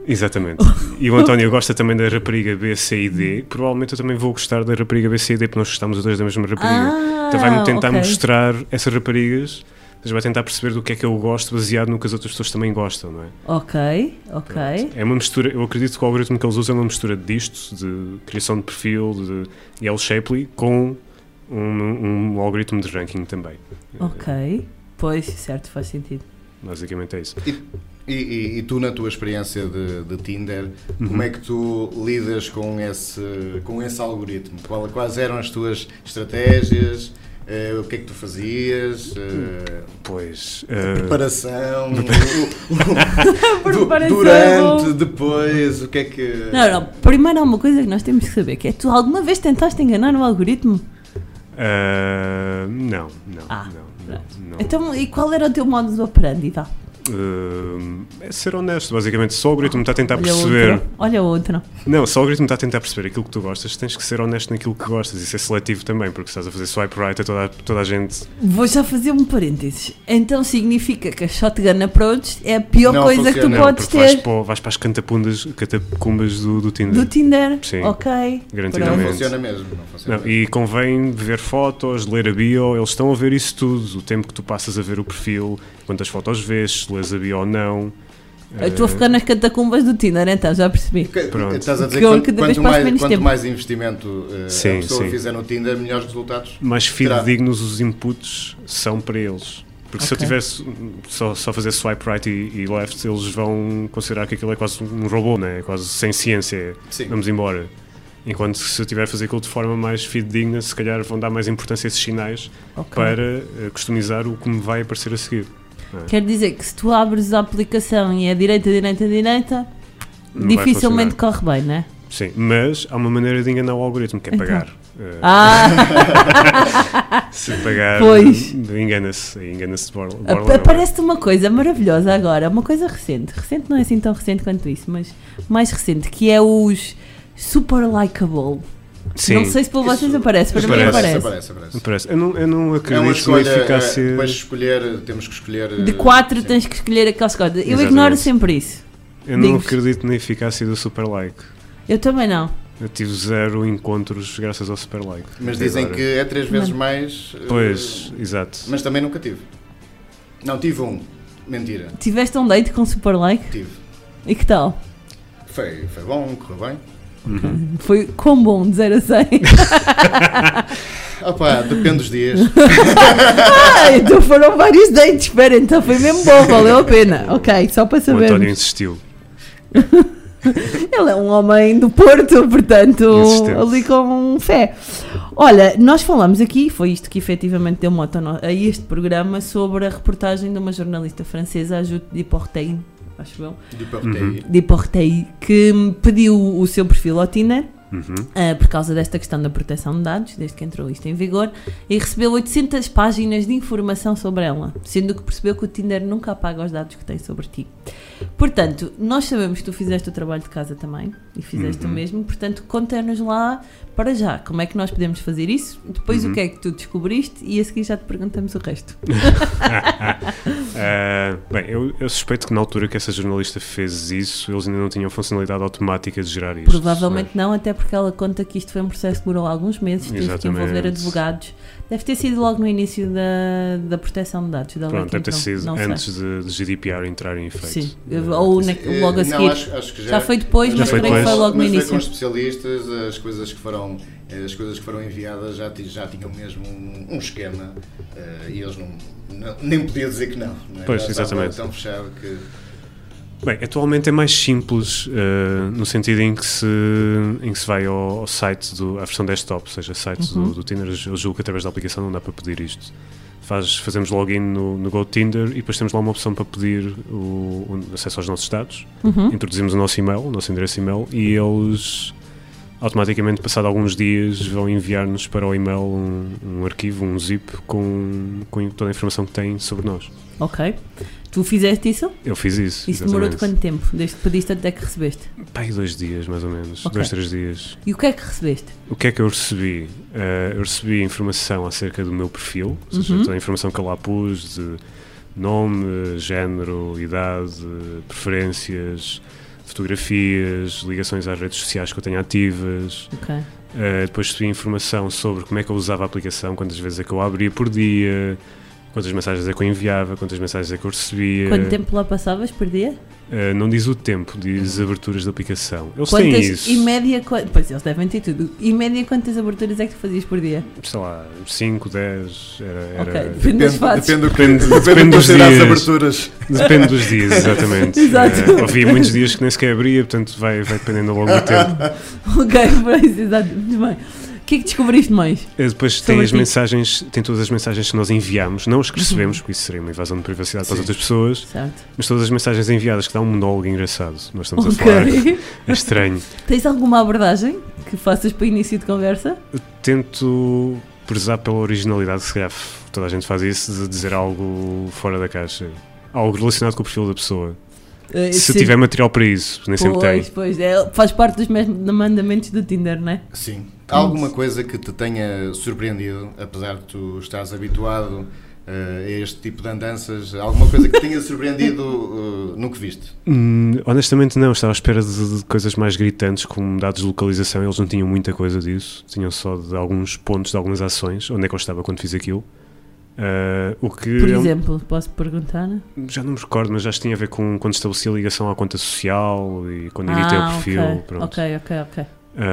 Exatamente. E o António gosta também da rapariga B, C e D. Provavelmente eu também vou gostar da rapariga B, C e D, porque nós gostamos os dois da mesma rapariga. Então vai-me tentar ok. mostrar essas raparigas, mas vai tentar perceber do que é que eu gosto baseado no que as outras pessoas também gostam, não é? Ok. É uma mistura, eu acredito que o algoritmo que eles usam é uma mistura disto, de criação de perfil, de L-Shapely, com um algoritmo de ranking também. Ok. Pois, certo, faz sentido. Basicamente é isso. E tu, na tua experiência de Tinder, como é que tu lidas com esse algoritmo? Quais eram as tuas estratégias? O que é que tu fazias? Pois. Preparação? Preparação. Durante, depois, o que é que... Não, primeiro há uma coisa que nós temos que saber, que é, tu alguma vez tentaste enganar o algoritmo? Não. Então, e qual era o teu modus operandi, vá? É ser honesto, basicamente. Se o algoritmo está a tentar Olha perceber. Olha outra. Não, se o algoritmo está a tentar perceber aquilo que tu gostas, tens que ser honesto naquilo que gostas e ser seletivo também, porque se estás a fazer swipe right a toda a gente. Vou já fazer um parênteses. Então significa que a shotgun approach é a pior Não coisa que tu funciona, podes Porque ter vais para as catacumbas do Tinder. do Tinder. Sim. Ok. Garantidamente. Não funciona mesmo. Não, e convém ver fotos, ler a bio, eles estão a ver isso tudo, o tempo que tu passas a ver o perfil, quantas fotos vês, se lês a bio ou não. Eu estou a focar nas catacumbas do Tinder, então, já percebi. Pronto. Estás a dizer Que eu que cada vez quanto passo menos quanto tempo. mais investimento Sim, a pessoa sim. fizer no Tinder, melhores resultados Mais terá. fidedignos os inputs são para eles. Porque se eu Ok. tivesse só fazer swipe right e left, eles vão considerar que aquilo é quase um robô, né? É quase sem ciência. Sim. Vamos embora. Enquanto que se eu tiver a fazer aquilo de forma mais fidedigna, se calhar vão dar mais importância a esses sinais Ok. para customizar o que me vai aparecer a seguir. Quer dizer que se tu abres a aplicação e é direita, Não vai dificilmente funcionar. corre bem, não é? Sim, mas há uma maneira de enganar o algoritmo, que é Então. pagar. Se pagar, Pois. engana-se de borla. Aparece-te uma coisa maravilhosa agora, uma coisa recente. Recente não é assim tão recente quanto isso, mas mais recente, que é os super likeable. Sim. Não sei se para vocês aparece, para mim Aparece. aparece. Aparece. Eu não É acredito uma na escolha, eficácia. depois temos que escolher... De 4 sim. tens que escolher aquelas coisas. Eu Exatamente. ignoro sempre isso. Eu não digo-vos. acredito na eficácia do super like. Eu também não. Eu tive 0 encontros graças ao super like. Mas Até dizem agora. que é 3 vezes mais... Pois, exato. Mas também nunca tive. Não, tive um. Mentira, Tiveste um date com super like? tive. E que tal? Foi bom, correu bem. Foi quão bom, de 0 a 100? Opa, depende dos dias. Então foram vários dates, espera, então foi mesmo bom, valeu a pena. Ok, só para O saber. António insistiu. Ele é um homem do Porto, portanto, Insistente. ali com fé. Olha, nós falamos aqui, foi isto que efetivamente deu moto a este programa, sobre a reportagem de uma jornalista francesa, a Jute Deportey, acho eu, Deportey, que pediu o seu perfil ao Tinder. Por causa desta questão da proteção de dados, desde que entrou isto em vigor, e recebeu 800 páginas de informação sobre ela, sendo que percebeu que o Tinder nunca apaga os dados que tem sobre ti. Portanto, nós sabemos que tu fizeste o trabalho de casa também, e fizeste o mesmo, portanto, conta-nos lá, para já, como é que nós podemos fazer isso, depois o que é que tu descobriste, e a seguir já te perguntamos o resto. Bem, eu suspeito que na altura que essa jornalista fez isso, eles ainda não tinham funcionalidade automática de gerar isto. Provavelmente não, até porque ela conta que isto foi um processo que demorou alguns meses, teve que Exatamente. envolver advogados. Deve ter sido logo no início da proteção de dados. Da lei Pronto, que deve ter entrou, sido não sei. antes de GDPR entrar em efeito. Sim, ou logo a seguir. Não, acho que Já foi depois, Já mas foi creio que foi depois. logo no mas foi início. com os especialistas, as coisas que foram enviadas já tinham mesmo um esquema e eles nem podiam dizer que não é? Pois, Já estava exatamente. tão fechado que... Bem, atualmente é mais simples no sentido em que se vai ao site, à versão desktop, ou seja, site do Tinder. Eu julgo que através da aplicação não dá para pedir isto. Fazemos login no GoTinder e depois temos lá uma opção para pedir o acesso aos nossos dados. Introduzimos o nosso e-mail, o nosso endereço e-mail, e eles automaticamente, passado alguns dias, vão enviar-nos para o e-mail um arquivo, um zip com toda a informação que têm sobre nós. Ok. Tu fizeste isso? Eu fiz isso. Isso demorou-te exatamente. quanto tempo? Desde que pediste até que recebeste? Pai, 2 dias, mais ou menos. Ok. 2-3 dias. E o que é que recebeste? O que é que eu recebi? Eu recebi informação acerca do meu perfil, ou seja, toda a informação que eu lá pus, de nome, género, idade, preferências, fotografias, ligações às redes sociais que eu tenho ativas. Ok. Depois recebi informação sobre como é que eu usava a aplicação, quantas vezes é que eu a abria por dia, quantas mensagens é que eu enviava, quantas mensagens é que eu recebia. Quanto tempo lá passavas por dia? Não diz o tempo, diz aberturas da aplicação. Eles têm Quantas, isso. em média, pois eles devem ter tudo. Em média, quantas aberturas é que tu fazias por dia? Sei lá, 5, 10, era... Ok, depende das fases. Depende Depende dos dos dias. dias. Aberturas. Depende dos dias, exatamente. Exato. Havia muitos dias que nem sequer abria, portanto vai dependendo ao longo do tempo. Ok, pois, exato. Muito bem. O que é que descobriste mais? Depois Sobre tem as ti. mensagens, tem todas as mensagens que nós enviamos, não as que recebemos, porque isso seria uma invasão de privacidade para as Sim. outras pessoas, Certo. mas todas as mensagens enviadas, que dá um monólogo engraçado. Nós estamos a Ok. falar, é estranho. Tens alguma abordagem que faças para início de conversa? Eu tento prezar pela originalidade, se calhar toda a gente faz isso, de dizer algo fora da caixa, algo relacionado com o perfil da pessoa. Se Sim. tiver material para isso, nem sempre tem. Pois, faz parte dos mandamentos do Tinder, não é? Sim. Há alguma coisa que te tenha surpreendido, apesar de tu estares habituado a este tipo de andanças? Alguma coisa que te tenha surpreendido no que viste? Honestamente não, estava à espera de coisas mais gritantes, como dados de localização. Eles não tinham muita coisa disso, tinham só de alguns pontos, de algumas ações, onde é que eu estava quando fiz aquilo. O que Por exemplo, posso perguntar? já não me recordo, mas já tinha a ver com quando estabeleci a ligação à conta social e quando editei o perfil. Ok, Pronto. ok.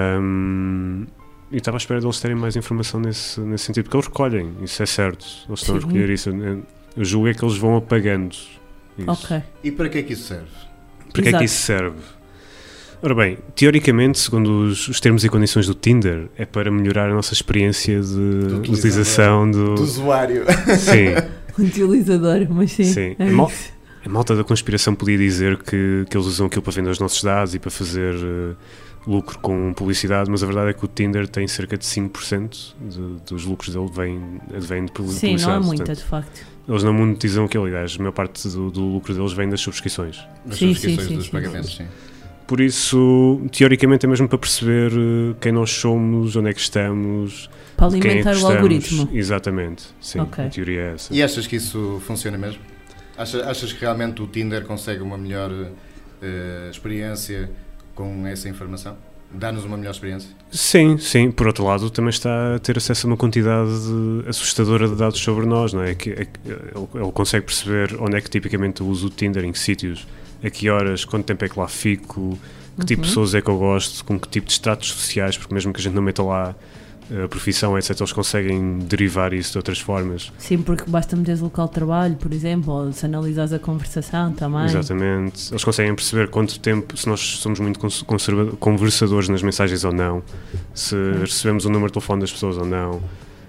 E estava à espera de eles terem mais informação nesse sentido, porque eles recolhem, isso é certo, eles estão a Sim. recolher isso. Eu julgo é que eles vão apagando isso. Ok. E para que é que isso serve? Para que é que Exato. isso serve? Ora bem, teoricamente, segundo os termos e condições do Tinder, é para melhorar a nossa experiência de utilização do... Do usuário. Sim, Utilizador, mas sim. sim. É Mal- isso. A malta da conspiração podia dizer que eles usam aquilo para vender os nossos dados e para fazer lucro com publicidade, mas a verdade é que o Tinder tem cerca de 5% dos lucros dele vem de publicidade. Sim, não há muita, Portanto, de facto. eles não monetizam aquilo, aliás, a maior parte do lucro deles vem das subscrições. Das Sim, subscrições sim, dos sim, pagamentos, sim. Por isso, teoricamente é mesmo para perceber quem nós somos, onde é que estamos, Para de quem é que alimentar o gostamos. algoritmo. Exatamente, sim, Ok. a teoria é essa. E achas que isso funciona mesmo? Achas que realmente o Tinder consegue uma melhor experiência com essa informação? Dá-nos uma melhor experiência? Sim, sim. Por outro lado, também está a ter acesso a uma quantidade assustadora de dados sobre nós, não é? Ele consegue perceber onde é que tipicamente eu uso o Tinder, em que sítios, a que horas, quanto tempo é que lá fico, que tipo de pessoas é que eu gosto, com que tipo de estratos sociais, porque mesmo que a gente não meta lá a profissão, etc., eles conseguem derivar isso de outras formas. Sim, porque basta meteres o local de trabalho, por exemplo, ou se analisares a conversação também. Exatamente. Eles conseguem perceber quanto tempo, se nós somos muito conversadores nas mensagens ou não, se recebemos o número de telefone das pessoas ou não.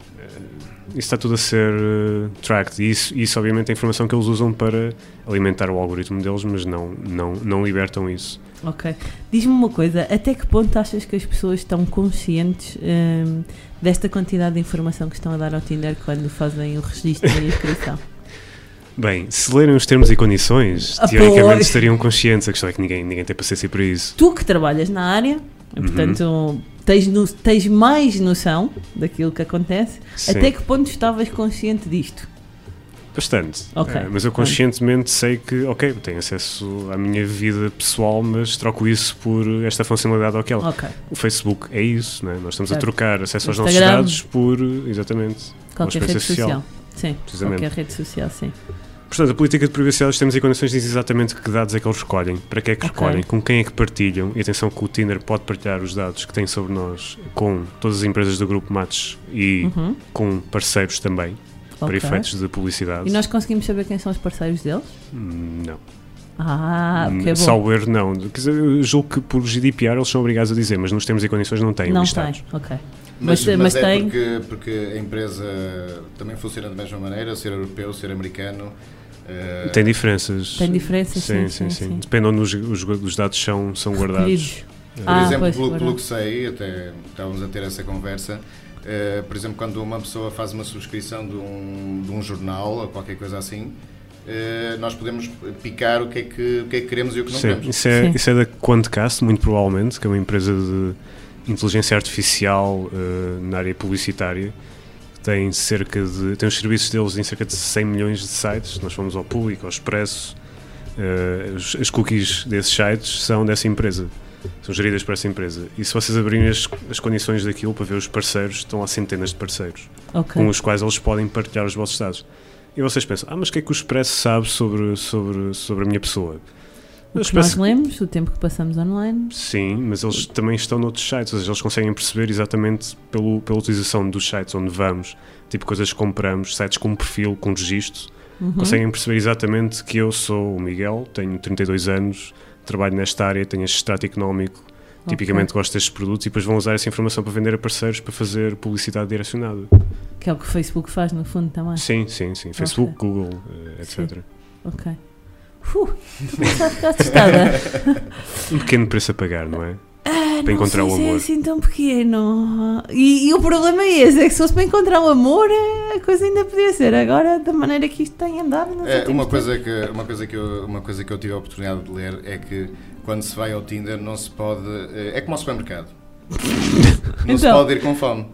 Isso está tudo a ser tracked. E isso obviamente é informação que eles usam para alimentar o algoritmo deles, mas não libertam isso. Ok. Diz-me uma coisa, até que ponto achas que as pessoas estão conscientes desta quantidade de informação que estão a dar ao Tinder quando fazem o registro e a inscrição? Bem, se lerem os termos e condições, teoricamente estariam conscientes. A questão é que ninguém tem paciência para isso. Tu que trabalhas na área, portanto, tens mais noção daquilo que acontece, Sim. até que ponto estavas consciente disto? Bastante. Ok. Mas eu conscientemente sei que, ok, tenho acesso à minha vida pessoal, mas troco isso por esta funcionalidade ou aquela. Ok. O Facebook é isso, né? Nós estamos Certo. a trocar acesso aos nossos Instagram. dados por, exatamente, uma Qualquer rede experiência social. Sim, Precisamente. qualquer rede social, sim. Portanto, a política de privacidade dos termos e condições diz exatamente que dados é que eles recolhem, para que é que Ok. recolhem, com quem é que partilham, e atenção que o Tinder pode partilhar os dados que tem sobre nós com todas as empresas do grupo Match e com parceiros também, para Ok. efeitos de publicidade. E nós conseguimos saber quem são os parceiros deles? Não. Que bom. Salvo erro, não. Quer dizer, eu julgo que por GDPR eles são obrigados a dizer, mas nos termos e condições não têm Não listados. tem, ok. Mas Mas é tem... porque a empresa também funciona da mesma maneira, ser europeu, ser americano. Tem diferenças. Tem diferenças, sim. Depende onde os dados são guardados. Recolhidos. Por exemplo, pois, pelo verdade. que sei, até estávamos a ter essa conversa, por exemplo, quando uma pessoa faz uma subscrição de um jornal ou qualquer coisa assim, nós podemos picar o que é que queremos e o que não Sim, queremos. isso é da Quantcast, muito provavelmente, que é uma empresa de inteligência artificial na área publicitária. Tem os serviços deles em cerca de 100 milhões de sites. Nós fomos ao Público, ao Expresso, As cookies desses sites são dessa empresa, são geridas por essa empresa. E se vocês abrirem as condições daquilo para ver os parceiros, estão lá centenas de parceiros com os quais eles podem partilhar os vossos dados. E vocês pensam, mas o que é que o Expresso sabe sobre a minha pessoa? O que nós lemos, o tempo que passamos online. Sim, mas eles também estão noutros sites, ou seja, eles conseguem perceber exatamente pela utilização dos sites onde vamos, tipo coisas que compramos, sites com um perfil, com registro, conseguem perceber exatamente que eu sou o Miguel, tenho 32 anos, trabalho nesta área, tenho este extrato económico, tipicamente gosto destes produtos, e depois vão usar essa informação para vender a parceiros para fazer publicidade direcionada. Que é o que o Facebook faz no fundo também. Sim. Facebook, Google, etc. Sim. Ok. Estou a ficar assustada. Um pequeno preço a pagar, não é? Para encontrar o amor. É assim tão pequeno. E o problema é esse, é que se fosse para encontrar o amor, a coisa ainda podia ser. Agora, da maneira que isto tem andado, não sei. Uma coisa que eu tive a oportunidade de ler é que quando se vai ao Tinder não se pode. É como ao supermercado. Não se pode ir com fome.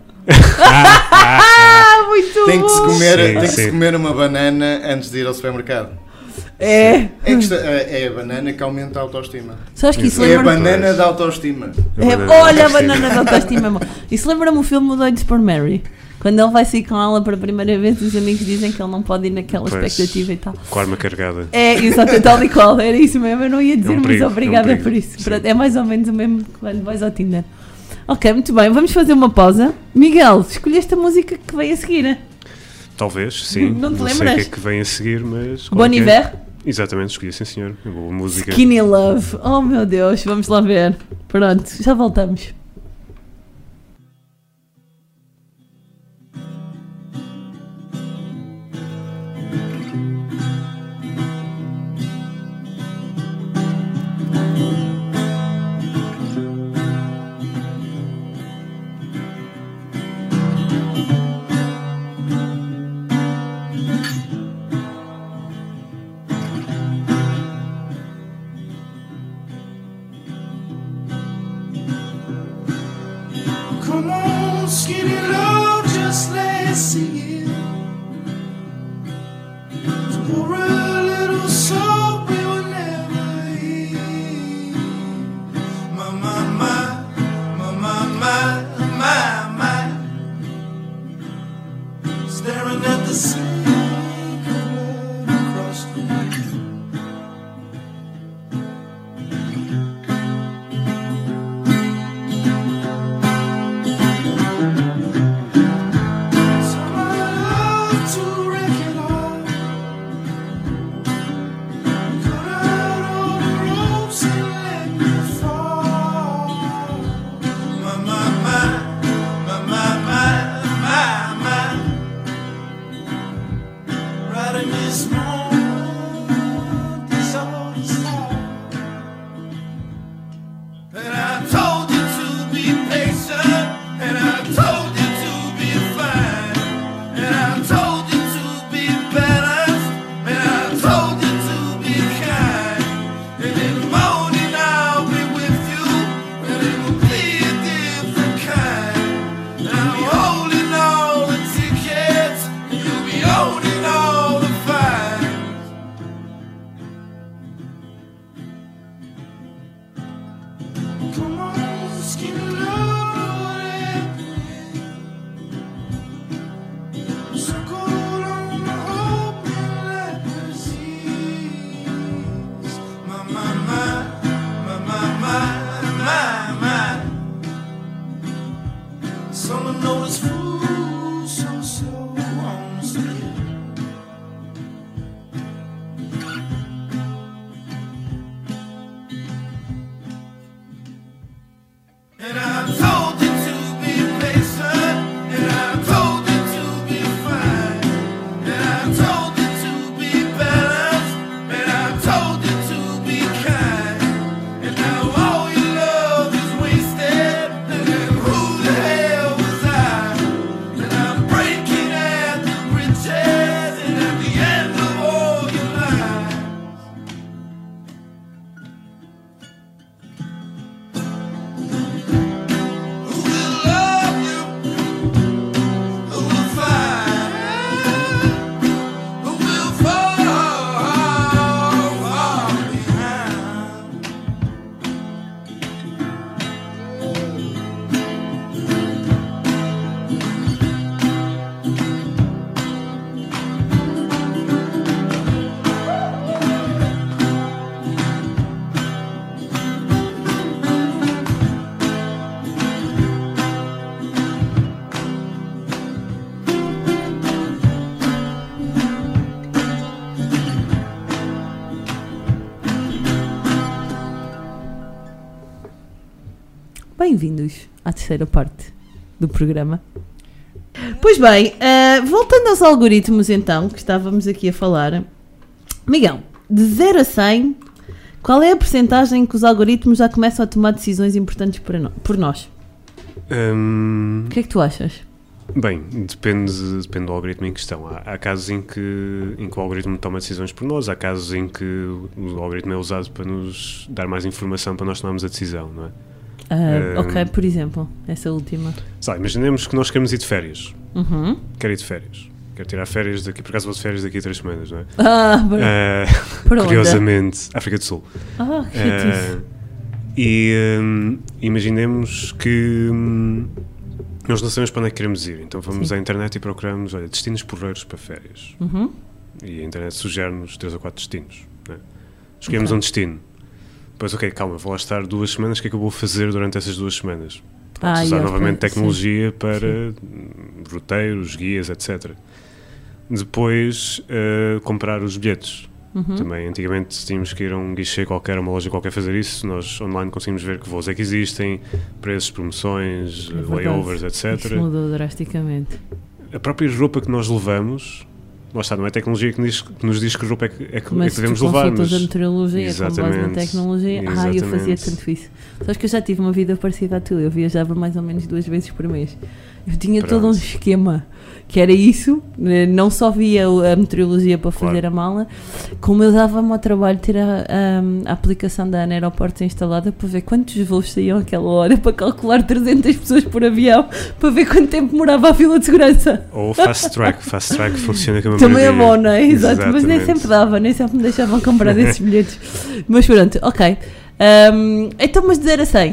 Muito tem que se bom. comer, se comer uma banana antes de ir ao supermercado. É a banana que aumenta a autoestima. Sabes que isso é a banana da autoestima. Olha a banana da autoestima. Isso lembra-me o filme Doidos por Mary. Quando ele vai sair com ela para a primeira vez, os amigos dizem que ele não pode ir naquela expectativa e tal. Com a arma carregada. É, exato, tal e qual. Era isso mesmo, eu não ia dizer, perigo, mas obrigada por isso. É mais ou menos o mesmo quando vais ao Tinder. Ok, muito bem, vamos fazer uma pausa. Miguel, escolheste a música que vem a seguir. Talvez, sim. Não te lembras? Sei o que é que vem a seguir, mas... Bon Iver? Exatamente, escolhi, sim senhor. Boa música. Skinny Love. Oh meu Deus, vamos lá ver. Pronto, já voltamos. Come on, skinny love, just let's see it. Pour a little salt we will never eat. My, my, my, my, my, my, my, my. Staring at the sink of blood across the way. Bem-vindos à terceira parte do programa. Pois bem, voltando aos algoritmos então, que estávamos aqui a falar. Miguel, de 0 a 100, qual é a percentagem que os algoritmos já começam a tomar decisões importantes por nós? O que é que tu achas? Bem, depende do algoritmo em questão. Há casos em que o algoritmo toma decisões por nós, há casos em que o algoritmo é usado para nos dar mais informação para nós tomarmos a decisão, não é? Ok, por exemplo, essa última. Imaginemos que nós queremos ir de férias. Quero ir de férias. Quero tirar férias daqui, por acaso vou de férias daqui a 3 semanas, não é? Curiosamente, África do Sul. Que chatice. Imaginemos que nós não sabemos para onde é que queremos ir, então vamos à internet e procuramos, destinos porreiros para férias. E a internet sugere-nos 3 ou 4 destinos, não é? Escolhemos um destino. Depois, calma, vou lá estar 2 semanas, o que é que eu vou fazer durante essas 2 semanas? Podes usar novamente tecnologia para roteiros, guias, etc. Depois, comprar os bilhetes. Também, antigamente, tínhamos que ir a um guichê qualquer, a uma loja qualquer fazer isso. Nós, online, conseguimos ver que voos é que existem, preços, promoções, layovers, etc. Isso mudou drasticamente. A própria roupa que nós levamos... Lá está, não é a tecnologia que nos diz que roupa é que devemos levar, mas... a meteorologia com base na tecnologia. Eu fazia tanto isso. Sabes que eu já tive uma vida parecida à tua, eu viajava mais ou menos 2 vezes por mês. Eu tinha todo um esquema, que era isso, não só via a meteorologia para fazer a mala, como eu dava-me ao trabalho de ter a aplicação da ANA Aeroportos instalada para ver quantos voos saíam àquela hora, para calcular 300 pessoas por avião, para ver quanto tempo demorava a fila de segurança. Ou Fast Track funciona como uma também é bom, não é? Exato, mas nem sempre dava, nem sempre me deixavam comprar esses bilhetes. Mas pronto, ok. Então, mas de 0 a 100,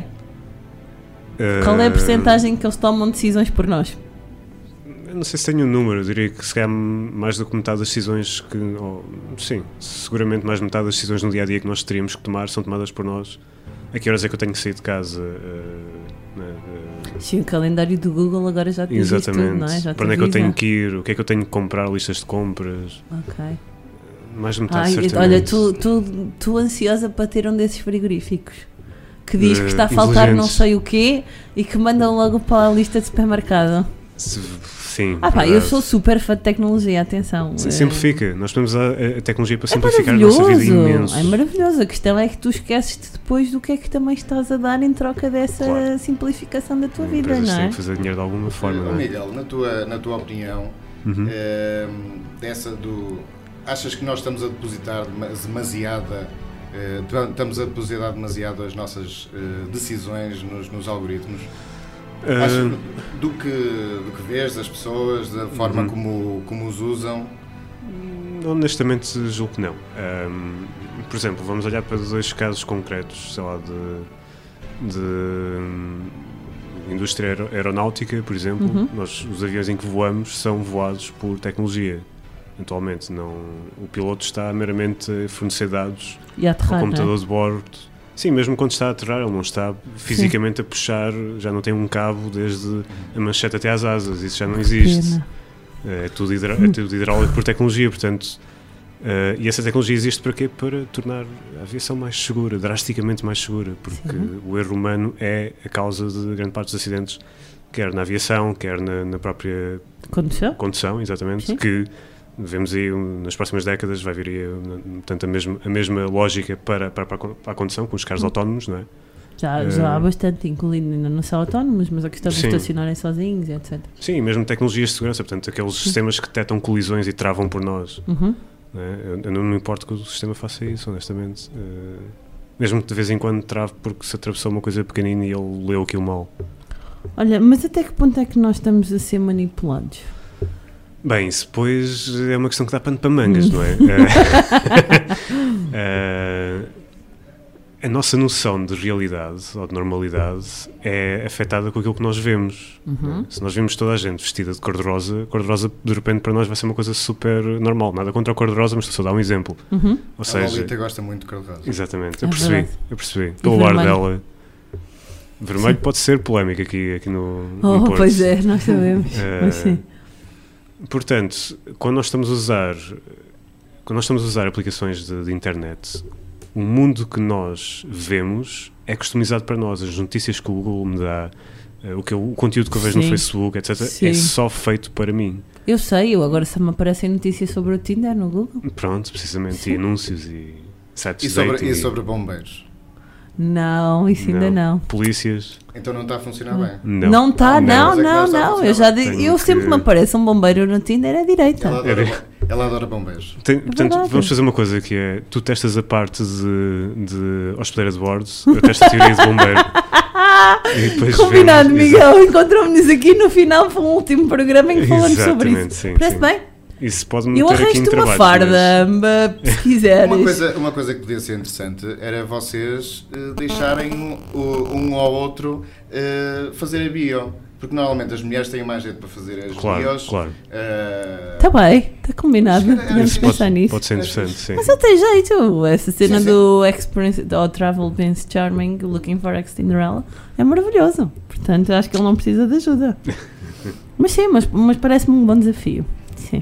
qual é a percentagem que eles tomam decisões por nós? Eu não sei se tenho um número, eu diria que se calhar mais do que metade das decisões sim, seguramente mais de metade das decisões no dia-a-dia que nós teríamos que tomar são tomadas por nós. A que horas é que eu tenho que sair de casa? Sim, o calendário do Google agora já te diz tudo, não é? Já para onde é que eu tenho que ir? O que é que eu tenho que comprar? Listas de compras? Ok. Mais de metade, certamente. Olha, tu ansiosa para ter um desses frigoríficos que diz que está a faltar não sei o quê e que mandam logo para a lista de supermercado. Sim. Eu sou super fã de tecnologia, atenção. Simplifica. Nós temos a tecnologia para simplificar a nossa vida imenso. É maravilhoso. A questão é que tu esqueces-te depois do que é que também estás a dar em troca dessa simplificação da tua vida, não é? Tem que fazer dinheiro de alguma forma, não é? Miguel, na tua opinião, achas que nós estamos a depositar demasiado as nossas decisões nos algoritmos? Do que vês das pessoas, da forma como os usam? Honestamente, julgo que não. Por exemplo, vamos olhar para 2 casos concretos, sei lá, de indústria aeronáutica, por exemplo. Os aviões em que voamos são voados por tecnologia. Atualmente, o piloto está meramente a fornecer dados ao computador de bordo. Sim, mesmo quando está a aterrar, ele não está fisicamente a puxar, já não tem um cabo desde a manchete até às asas, isso já não existe. É tudo hidráulico por tecnologia, portanto, e essa tecnologia existe para quê? Para tornar a aviação mais segura, drasticamente mais segura, porque o erro humano é a causa de grande parte dos acidentes, quer na aviação, quer na própria condução, exatamente, que vemos aí nas próximas décadas vai vir aí, portanto, a mesma lógica para a condução com os carros autónomos, não é? Já há bastante, incluindo ainda não são autónomos, mas a questão de estacionarem sozinhos, etc. Sim, mesmo tecnologias de segurança, portanto, aqueles sistemas que detectam colisões e travam por nós. Não é? Eu não me importo que o sistema faça isso, honestamente. Mesmo que de vez em quando trave porque se atravessou uma coisa pequenina e ele leu aquilo mal. Olha, mas até que ponto é que nós estamos a ser manipulados? Bem, isso depois é uma questão que dá pano para mangas, não é? A nossa noção de realidade ou de normalidade é afetada com aquilo que nós vemos. Se nós vemos toda a gente vestida de cor-de-rosa de repente para nós vai ser uma coisa super normal. Nada contra a cor-de-rosa, mas estou só a dar um exemplo. Ou seja, a Lolita gosta muito de cor-de-rosa. Exatamente, eu percebi. Pelo ar dela. Vermelho pode ser polémico aqui no Porto. Pois é, nós sabemos. Mas sim. Portanto, quando nós estamos a usar aplicações de internet, o mundo que nós vemos é customizado para nós. As notícias que o Google me dá, o conteúdo que eu vejo no Sim. Facebook, etc., Sim. é só feito para mim. Eu sei, agora só me aparecem notícias sobre o Tinder no Google. Pronto, precisamente, e anúncios e sites E de sobre, dating. e sobre bombeiros? Não, isso ainda não. Polícias. Então não está a funcionar bem. Não está, Não, não, mas é que não, não está a não. funcionar Eu já bem. digo, Tenho eu sempre que- me aparece um bombeiro no Tinder à direita. Ela adora bombeiros. Portanto, verdade. vamos fazer uma coisa que é, tu testas a parte de hospedeira de bordos, eu testo a teoria de bombeiro. E depois Combinado, vemos- Miguel. Encontramos-nos aqui no final para um último programa em que falamos sobre Exatamente, isso. sim, Parece sim. bem? Isso pode meter Eu aqui em arranjo-te uma trabalhos, farda, se quiseres. Uma coisa que podia ser interessante era vocês deixarem um ao outro fazer a bio. Porque normalmente as mulheres têm mais jeito para fazer as Claro, bios. claro. Está bem, está combinado. Mas, Podemos isso pensar nisso. Pode ser interessante, sim. Mas ele tem jeito. Essa cena Sim, sim. do Experience do Travel Prince Charming Looking for Ex Cinderella é maravilhoso. Portanto, acho que ele não precisa de ajuda. Mas sim, mas parece-me um bom desafio. Sim.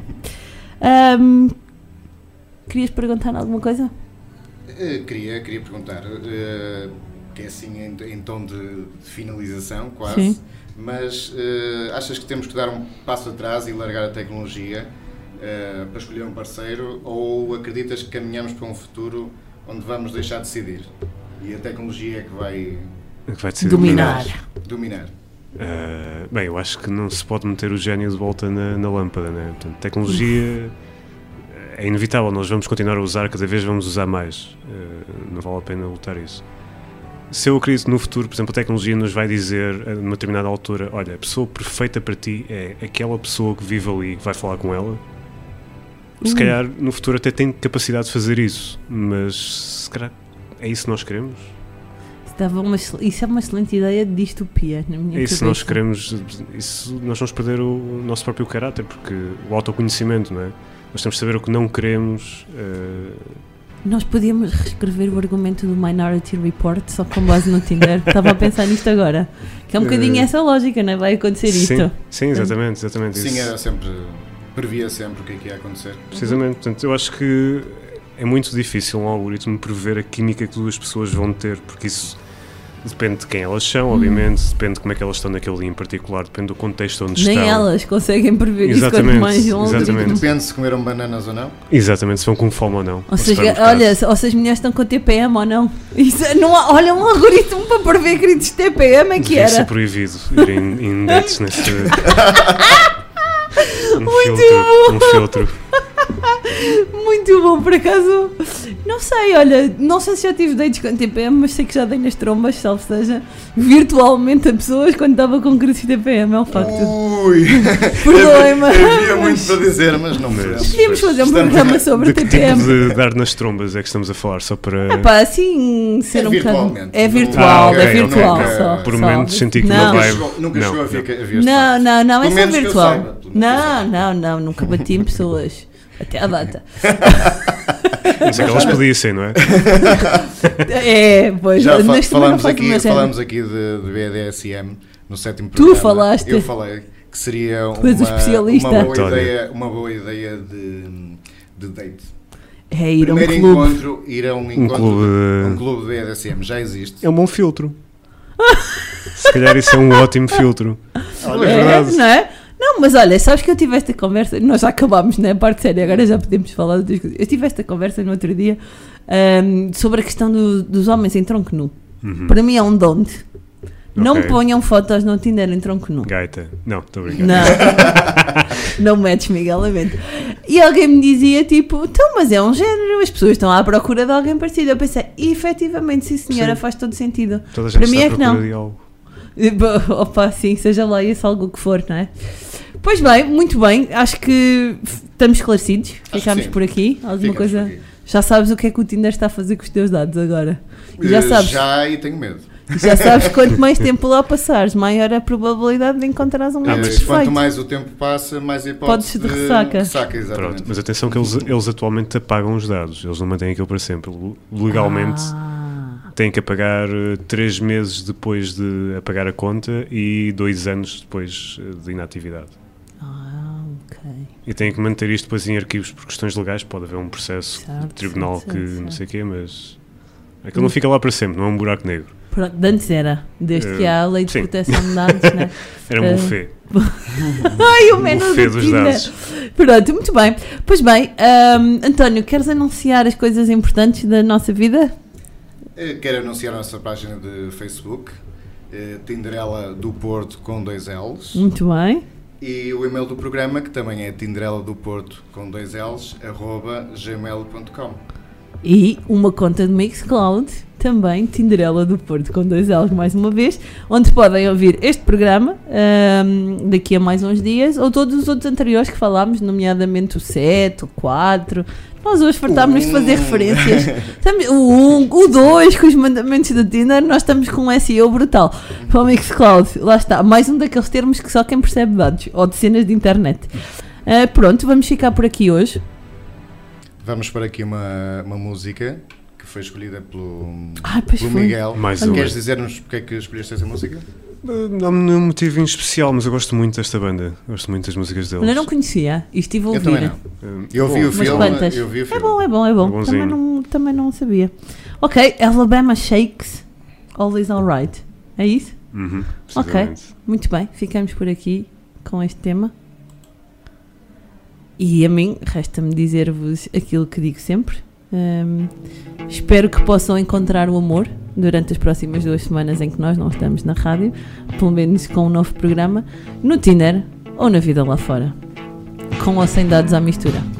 Querias perguntar alguma coisa? Queria perguntar, que é assim em tom de finalização quase, Sim. mas achas que temos que dar um passo atrás e largar a tecnologia para escolher um parceiro, ou acreditas que caminhamos para um futuro onde vamos deixar de decidir e a tecnologia é que vai Que vai decidir. Dominar. dominar? Bem, eu acho que não se pode meter o gênio de volta na lâmpada, né? Portanto, tecnologia é inevitável, nós vamos continuar a usar, cada vez vamos usar mais. Não vale a pena lutar isso. Se eu acredito no futuro, por exemplo, a tecnologia nos vai dizer, a uma determinada altura, olha, a pessoa perfeita para ti é aquela pessoa que vive ali, que vai falar com ela. Se calhar no futuro até tem capacidade de fazer isso, mas se calhar é isso que nós queremos. Isso é uma excelente ideia de distopia na minha É isso cabeça. que nós queremos, isso, nós vamos perder o nosso próprio caráter, porque o autoconhecimento, não é? Nós temos de saber o que não queremos. Nós podíamos reescrever o argumento do Minority Report só com base no Tinder. Estava a pensar nisto agora. Que é um bocadinho essa lógica, não é? Vai acontecer isto. Sim, exatamente. Sim, isso. era sempre, previa sempre o que ia acontecer. Precisamente, portanto, eu acho que é muito difícil um algoritmo prever a química que duas pessoas vão ter, porque isso depende de quem elas são, obviamente, depende de como é que elas estão naquele dia em particular, depende do contexto onde Nem estão. elas conseguem prever isso quanto Exatamente, mais um exatamente. algoritmo. Depende se comeram bananas ou não. Exatamente, se vão com fome ou não. Ou no seja, supermercado. olha, ou se as mulheres estão com TPM ou não. Isso, não há, olha, um algoritmo para prever gritos de TPM é que Devia ser era. proibido ir em dates nesse. Um filtro. Muito bom, por acaso. Não sei, olha, não sei se já tive dates com TPM, mas sei que já dei nas trombas, salvo seja, virtualmente a pessoas quando estava com gritos de TPM, é um facto. Ui! Perdoem-me. Havia muito para dizer, mas não podemos. Podíamos fazer um Estamos- programa sobre De que TPM. tipo de dar nas trombas é que estamos a falar? Só para. Pá, assim, ser É um bocado. virtualmente. É virtual, ok, é virtual ok. só. Por só. momentos senti que Não. uma Nunca vibe. chegou, nunca Não, chegou a não. ver este Não, não, não, é Pelo só menos que eu virtual. saiba, pelo menos que eu Não, nunca bati em pessoas. Até à data. Não sei que elas pedissem, não é? É, pois, Já neste momento falamos, não faço uma cena. falamos aqui de BDSM no sétimo Tu programa. falaste. Eu falei que seria és o especialista. uma boa ideia de date. É ir a um Primeiro clube. encontro, ir a um encontro, um clube de BDSM, já existe. É um bom filtro. Se calhar isso é um ótimo filtro. Olha, É verdade. Não é? Não, mas olha, sabes que eu tive esta conversa, nós já acabámos, né? A parte séria, agora já podemos falar de outras coisas. Eu tive esta conversa no outro dia sobre a questão dos homens em tronco nu. Para mim é um don't. Não Ok. ponham fotos no Tinder em tronco nu. Gaita. Não, estou a brincar. Não metes, Miguel, lamento. E alguém me dizia tipo, então, mas é um género, as pessoas estão à procura de alguém parecido. Eu pensei, efetivamente, sim senhora, Sim. faz todo sentido. Toda a gente Para mim está é à que procura não. de algo. Opa, sim, seja lá esse algo que for, não é? Pois bem, muito bem, acho que estamos esclarecidos, que ficámos sim. por aqui. Alguma Ficamos coisa? por aqui. Já sabes o que é que o Tinder está a fazer com os teus dados agora? E já sabes, Já e tenho medo. já sabes quanto mais tempo lá passares, maior a probabilidade de encontrares um gajo mas perfeito. Quanto mais o tempo passa, mais hipótese Podes de ressaca. exatamente. Pronto, mas atenção que eles atualmente apagam os dados. Eles não mantêm aquilo para sempre. Legalmente têm que apagar 3 meses depois de apagar a conta e 2 anos depois de inatividade. Ok. E têm que manter isto depois em arquivos por questões legais. Pode haver um processo Certo, de tribunal certo, que certo, não sei o quê, mas Aquilo não fica lá para sempre, não é um buraco negro. Pronto, de antes era, desde que há a lei de sim. proteção de dados, né? Era um buffet. Ai, o menu buffet do dos Tinder. dados. Pronto, muito bem. Pois bem, António, queres anunciar as coisas importantes da nossa vida? Quero anunciar a nossa página de Facebook, Tinderela do Porto com 2 L's. Muito bem. E o e-mail do programa, que também é Tinderela do Porto com 2 L's, @gmail.com. E uma conta de Mixcloud, também Tinderela do Porto com 2 L's mais uma vez, onde podem ouvir este programa daqui a mais uns dias, ou todos os outros anteriores que falámos, nomeadamente o 7, o 4. Nós hoje fartámos-nos de fazer referências. O 1, o 2, com os mandamentos do Tinder, nós estamos com um SEO brutal. Para o Mixcloud, lá está, mais um daqueles termos que só quem percebe dados, ou de cenas de internet. Pronto, vamos ficar por aqui hoje. Vamos para aqui uma música que foi escolhida pelo Pois foi. Miguel. Mais uma. Queres dizer-nos porque é que escolheste essa música? Não-me nenhum motivo em especial, mas eu gosto muito desta banda. Gosto muito das músicas deles. Eu não conhecia e estive a Eu ouvir. também não. Eu vi o Umas filme. quantas. Eu vi o É filme. bom, é bom, é bom. bonzinho. Também não sabia. Ok, Alabama Shakes, All is Alright. É isso? Uhum, Ok, precisamente. muito bem. Ficamos por aqui com este tema. E a mim, resta-me dizer-vos aquilo que digo sempre. Espero que possam encontrar o amor durante as próximas 2 semanas em que nós não estamos na rádio, pelo menos com um novo programa, no Tinder ou na vida lá fora, com ou sem dados à mistura.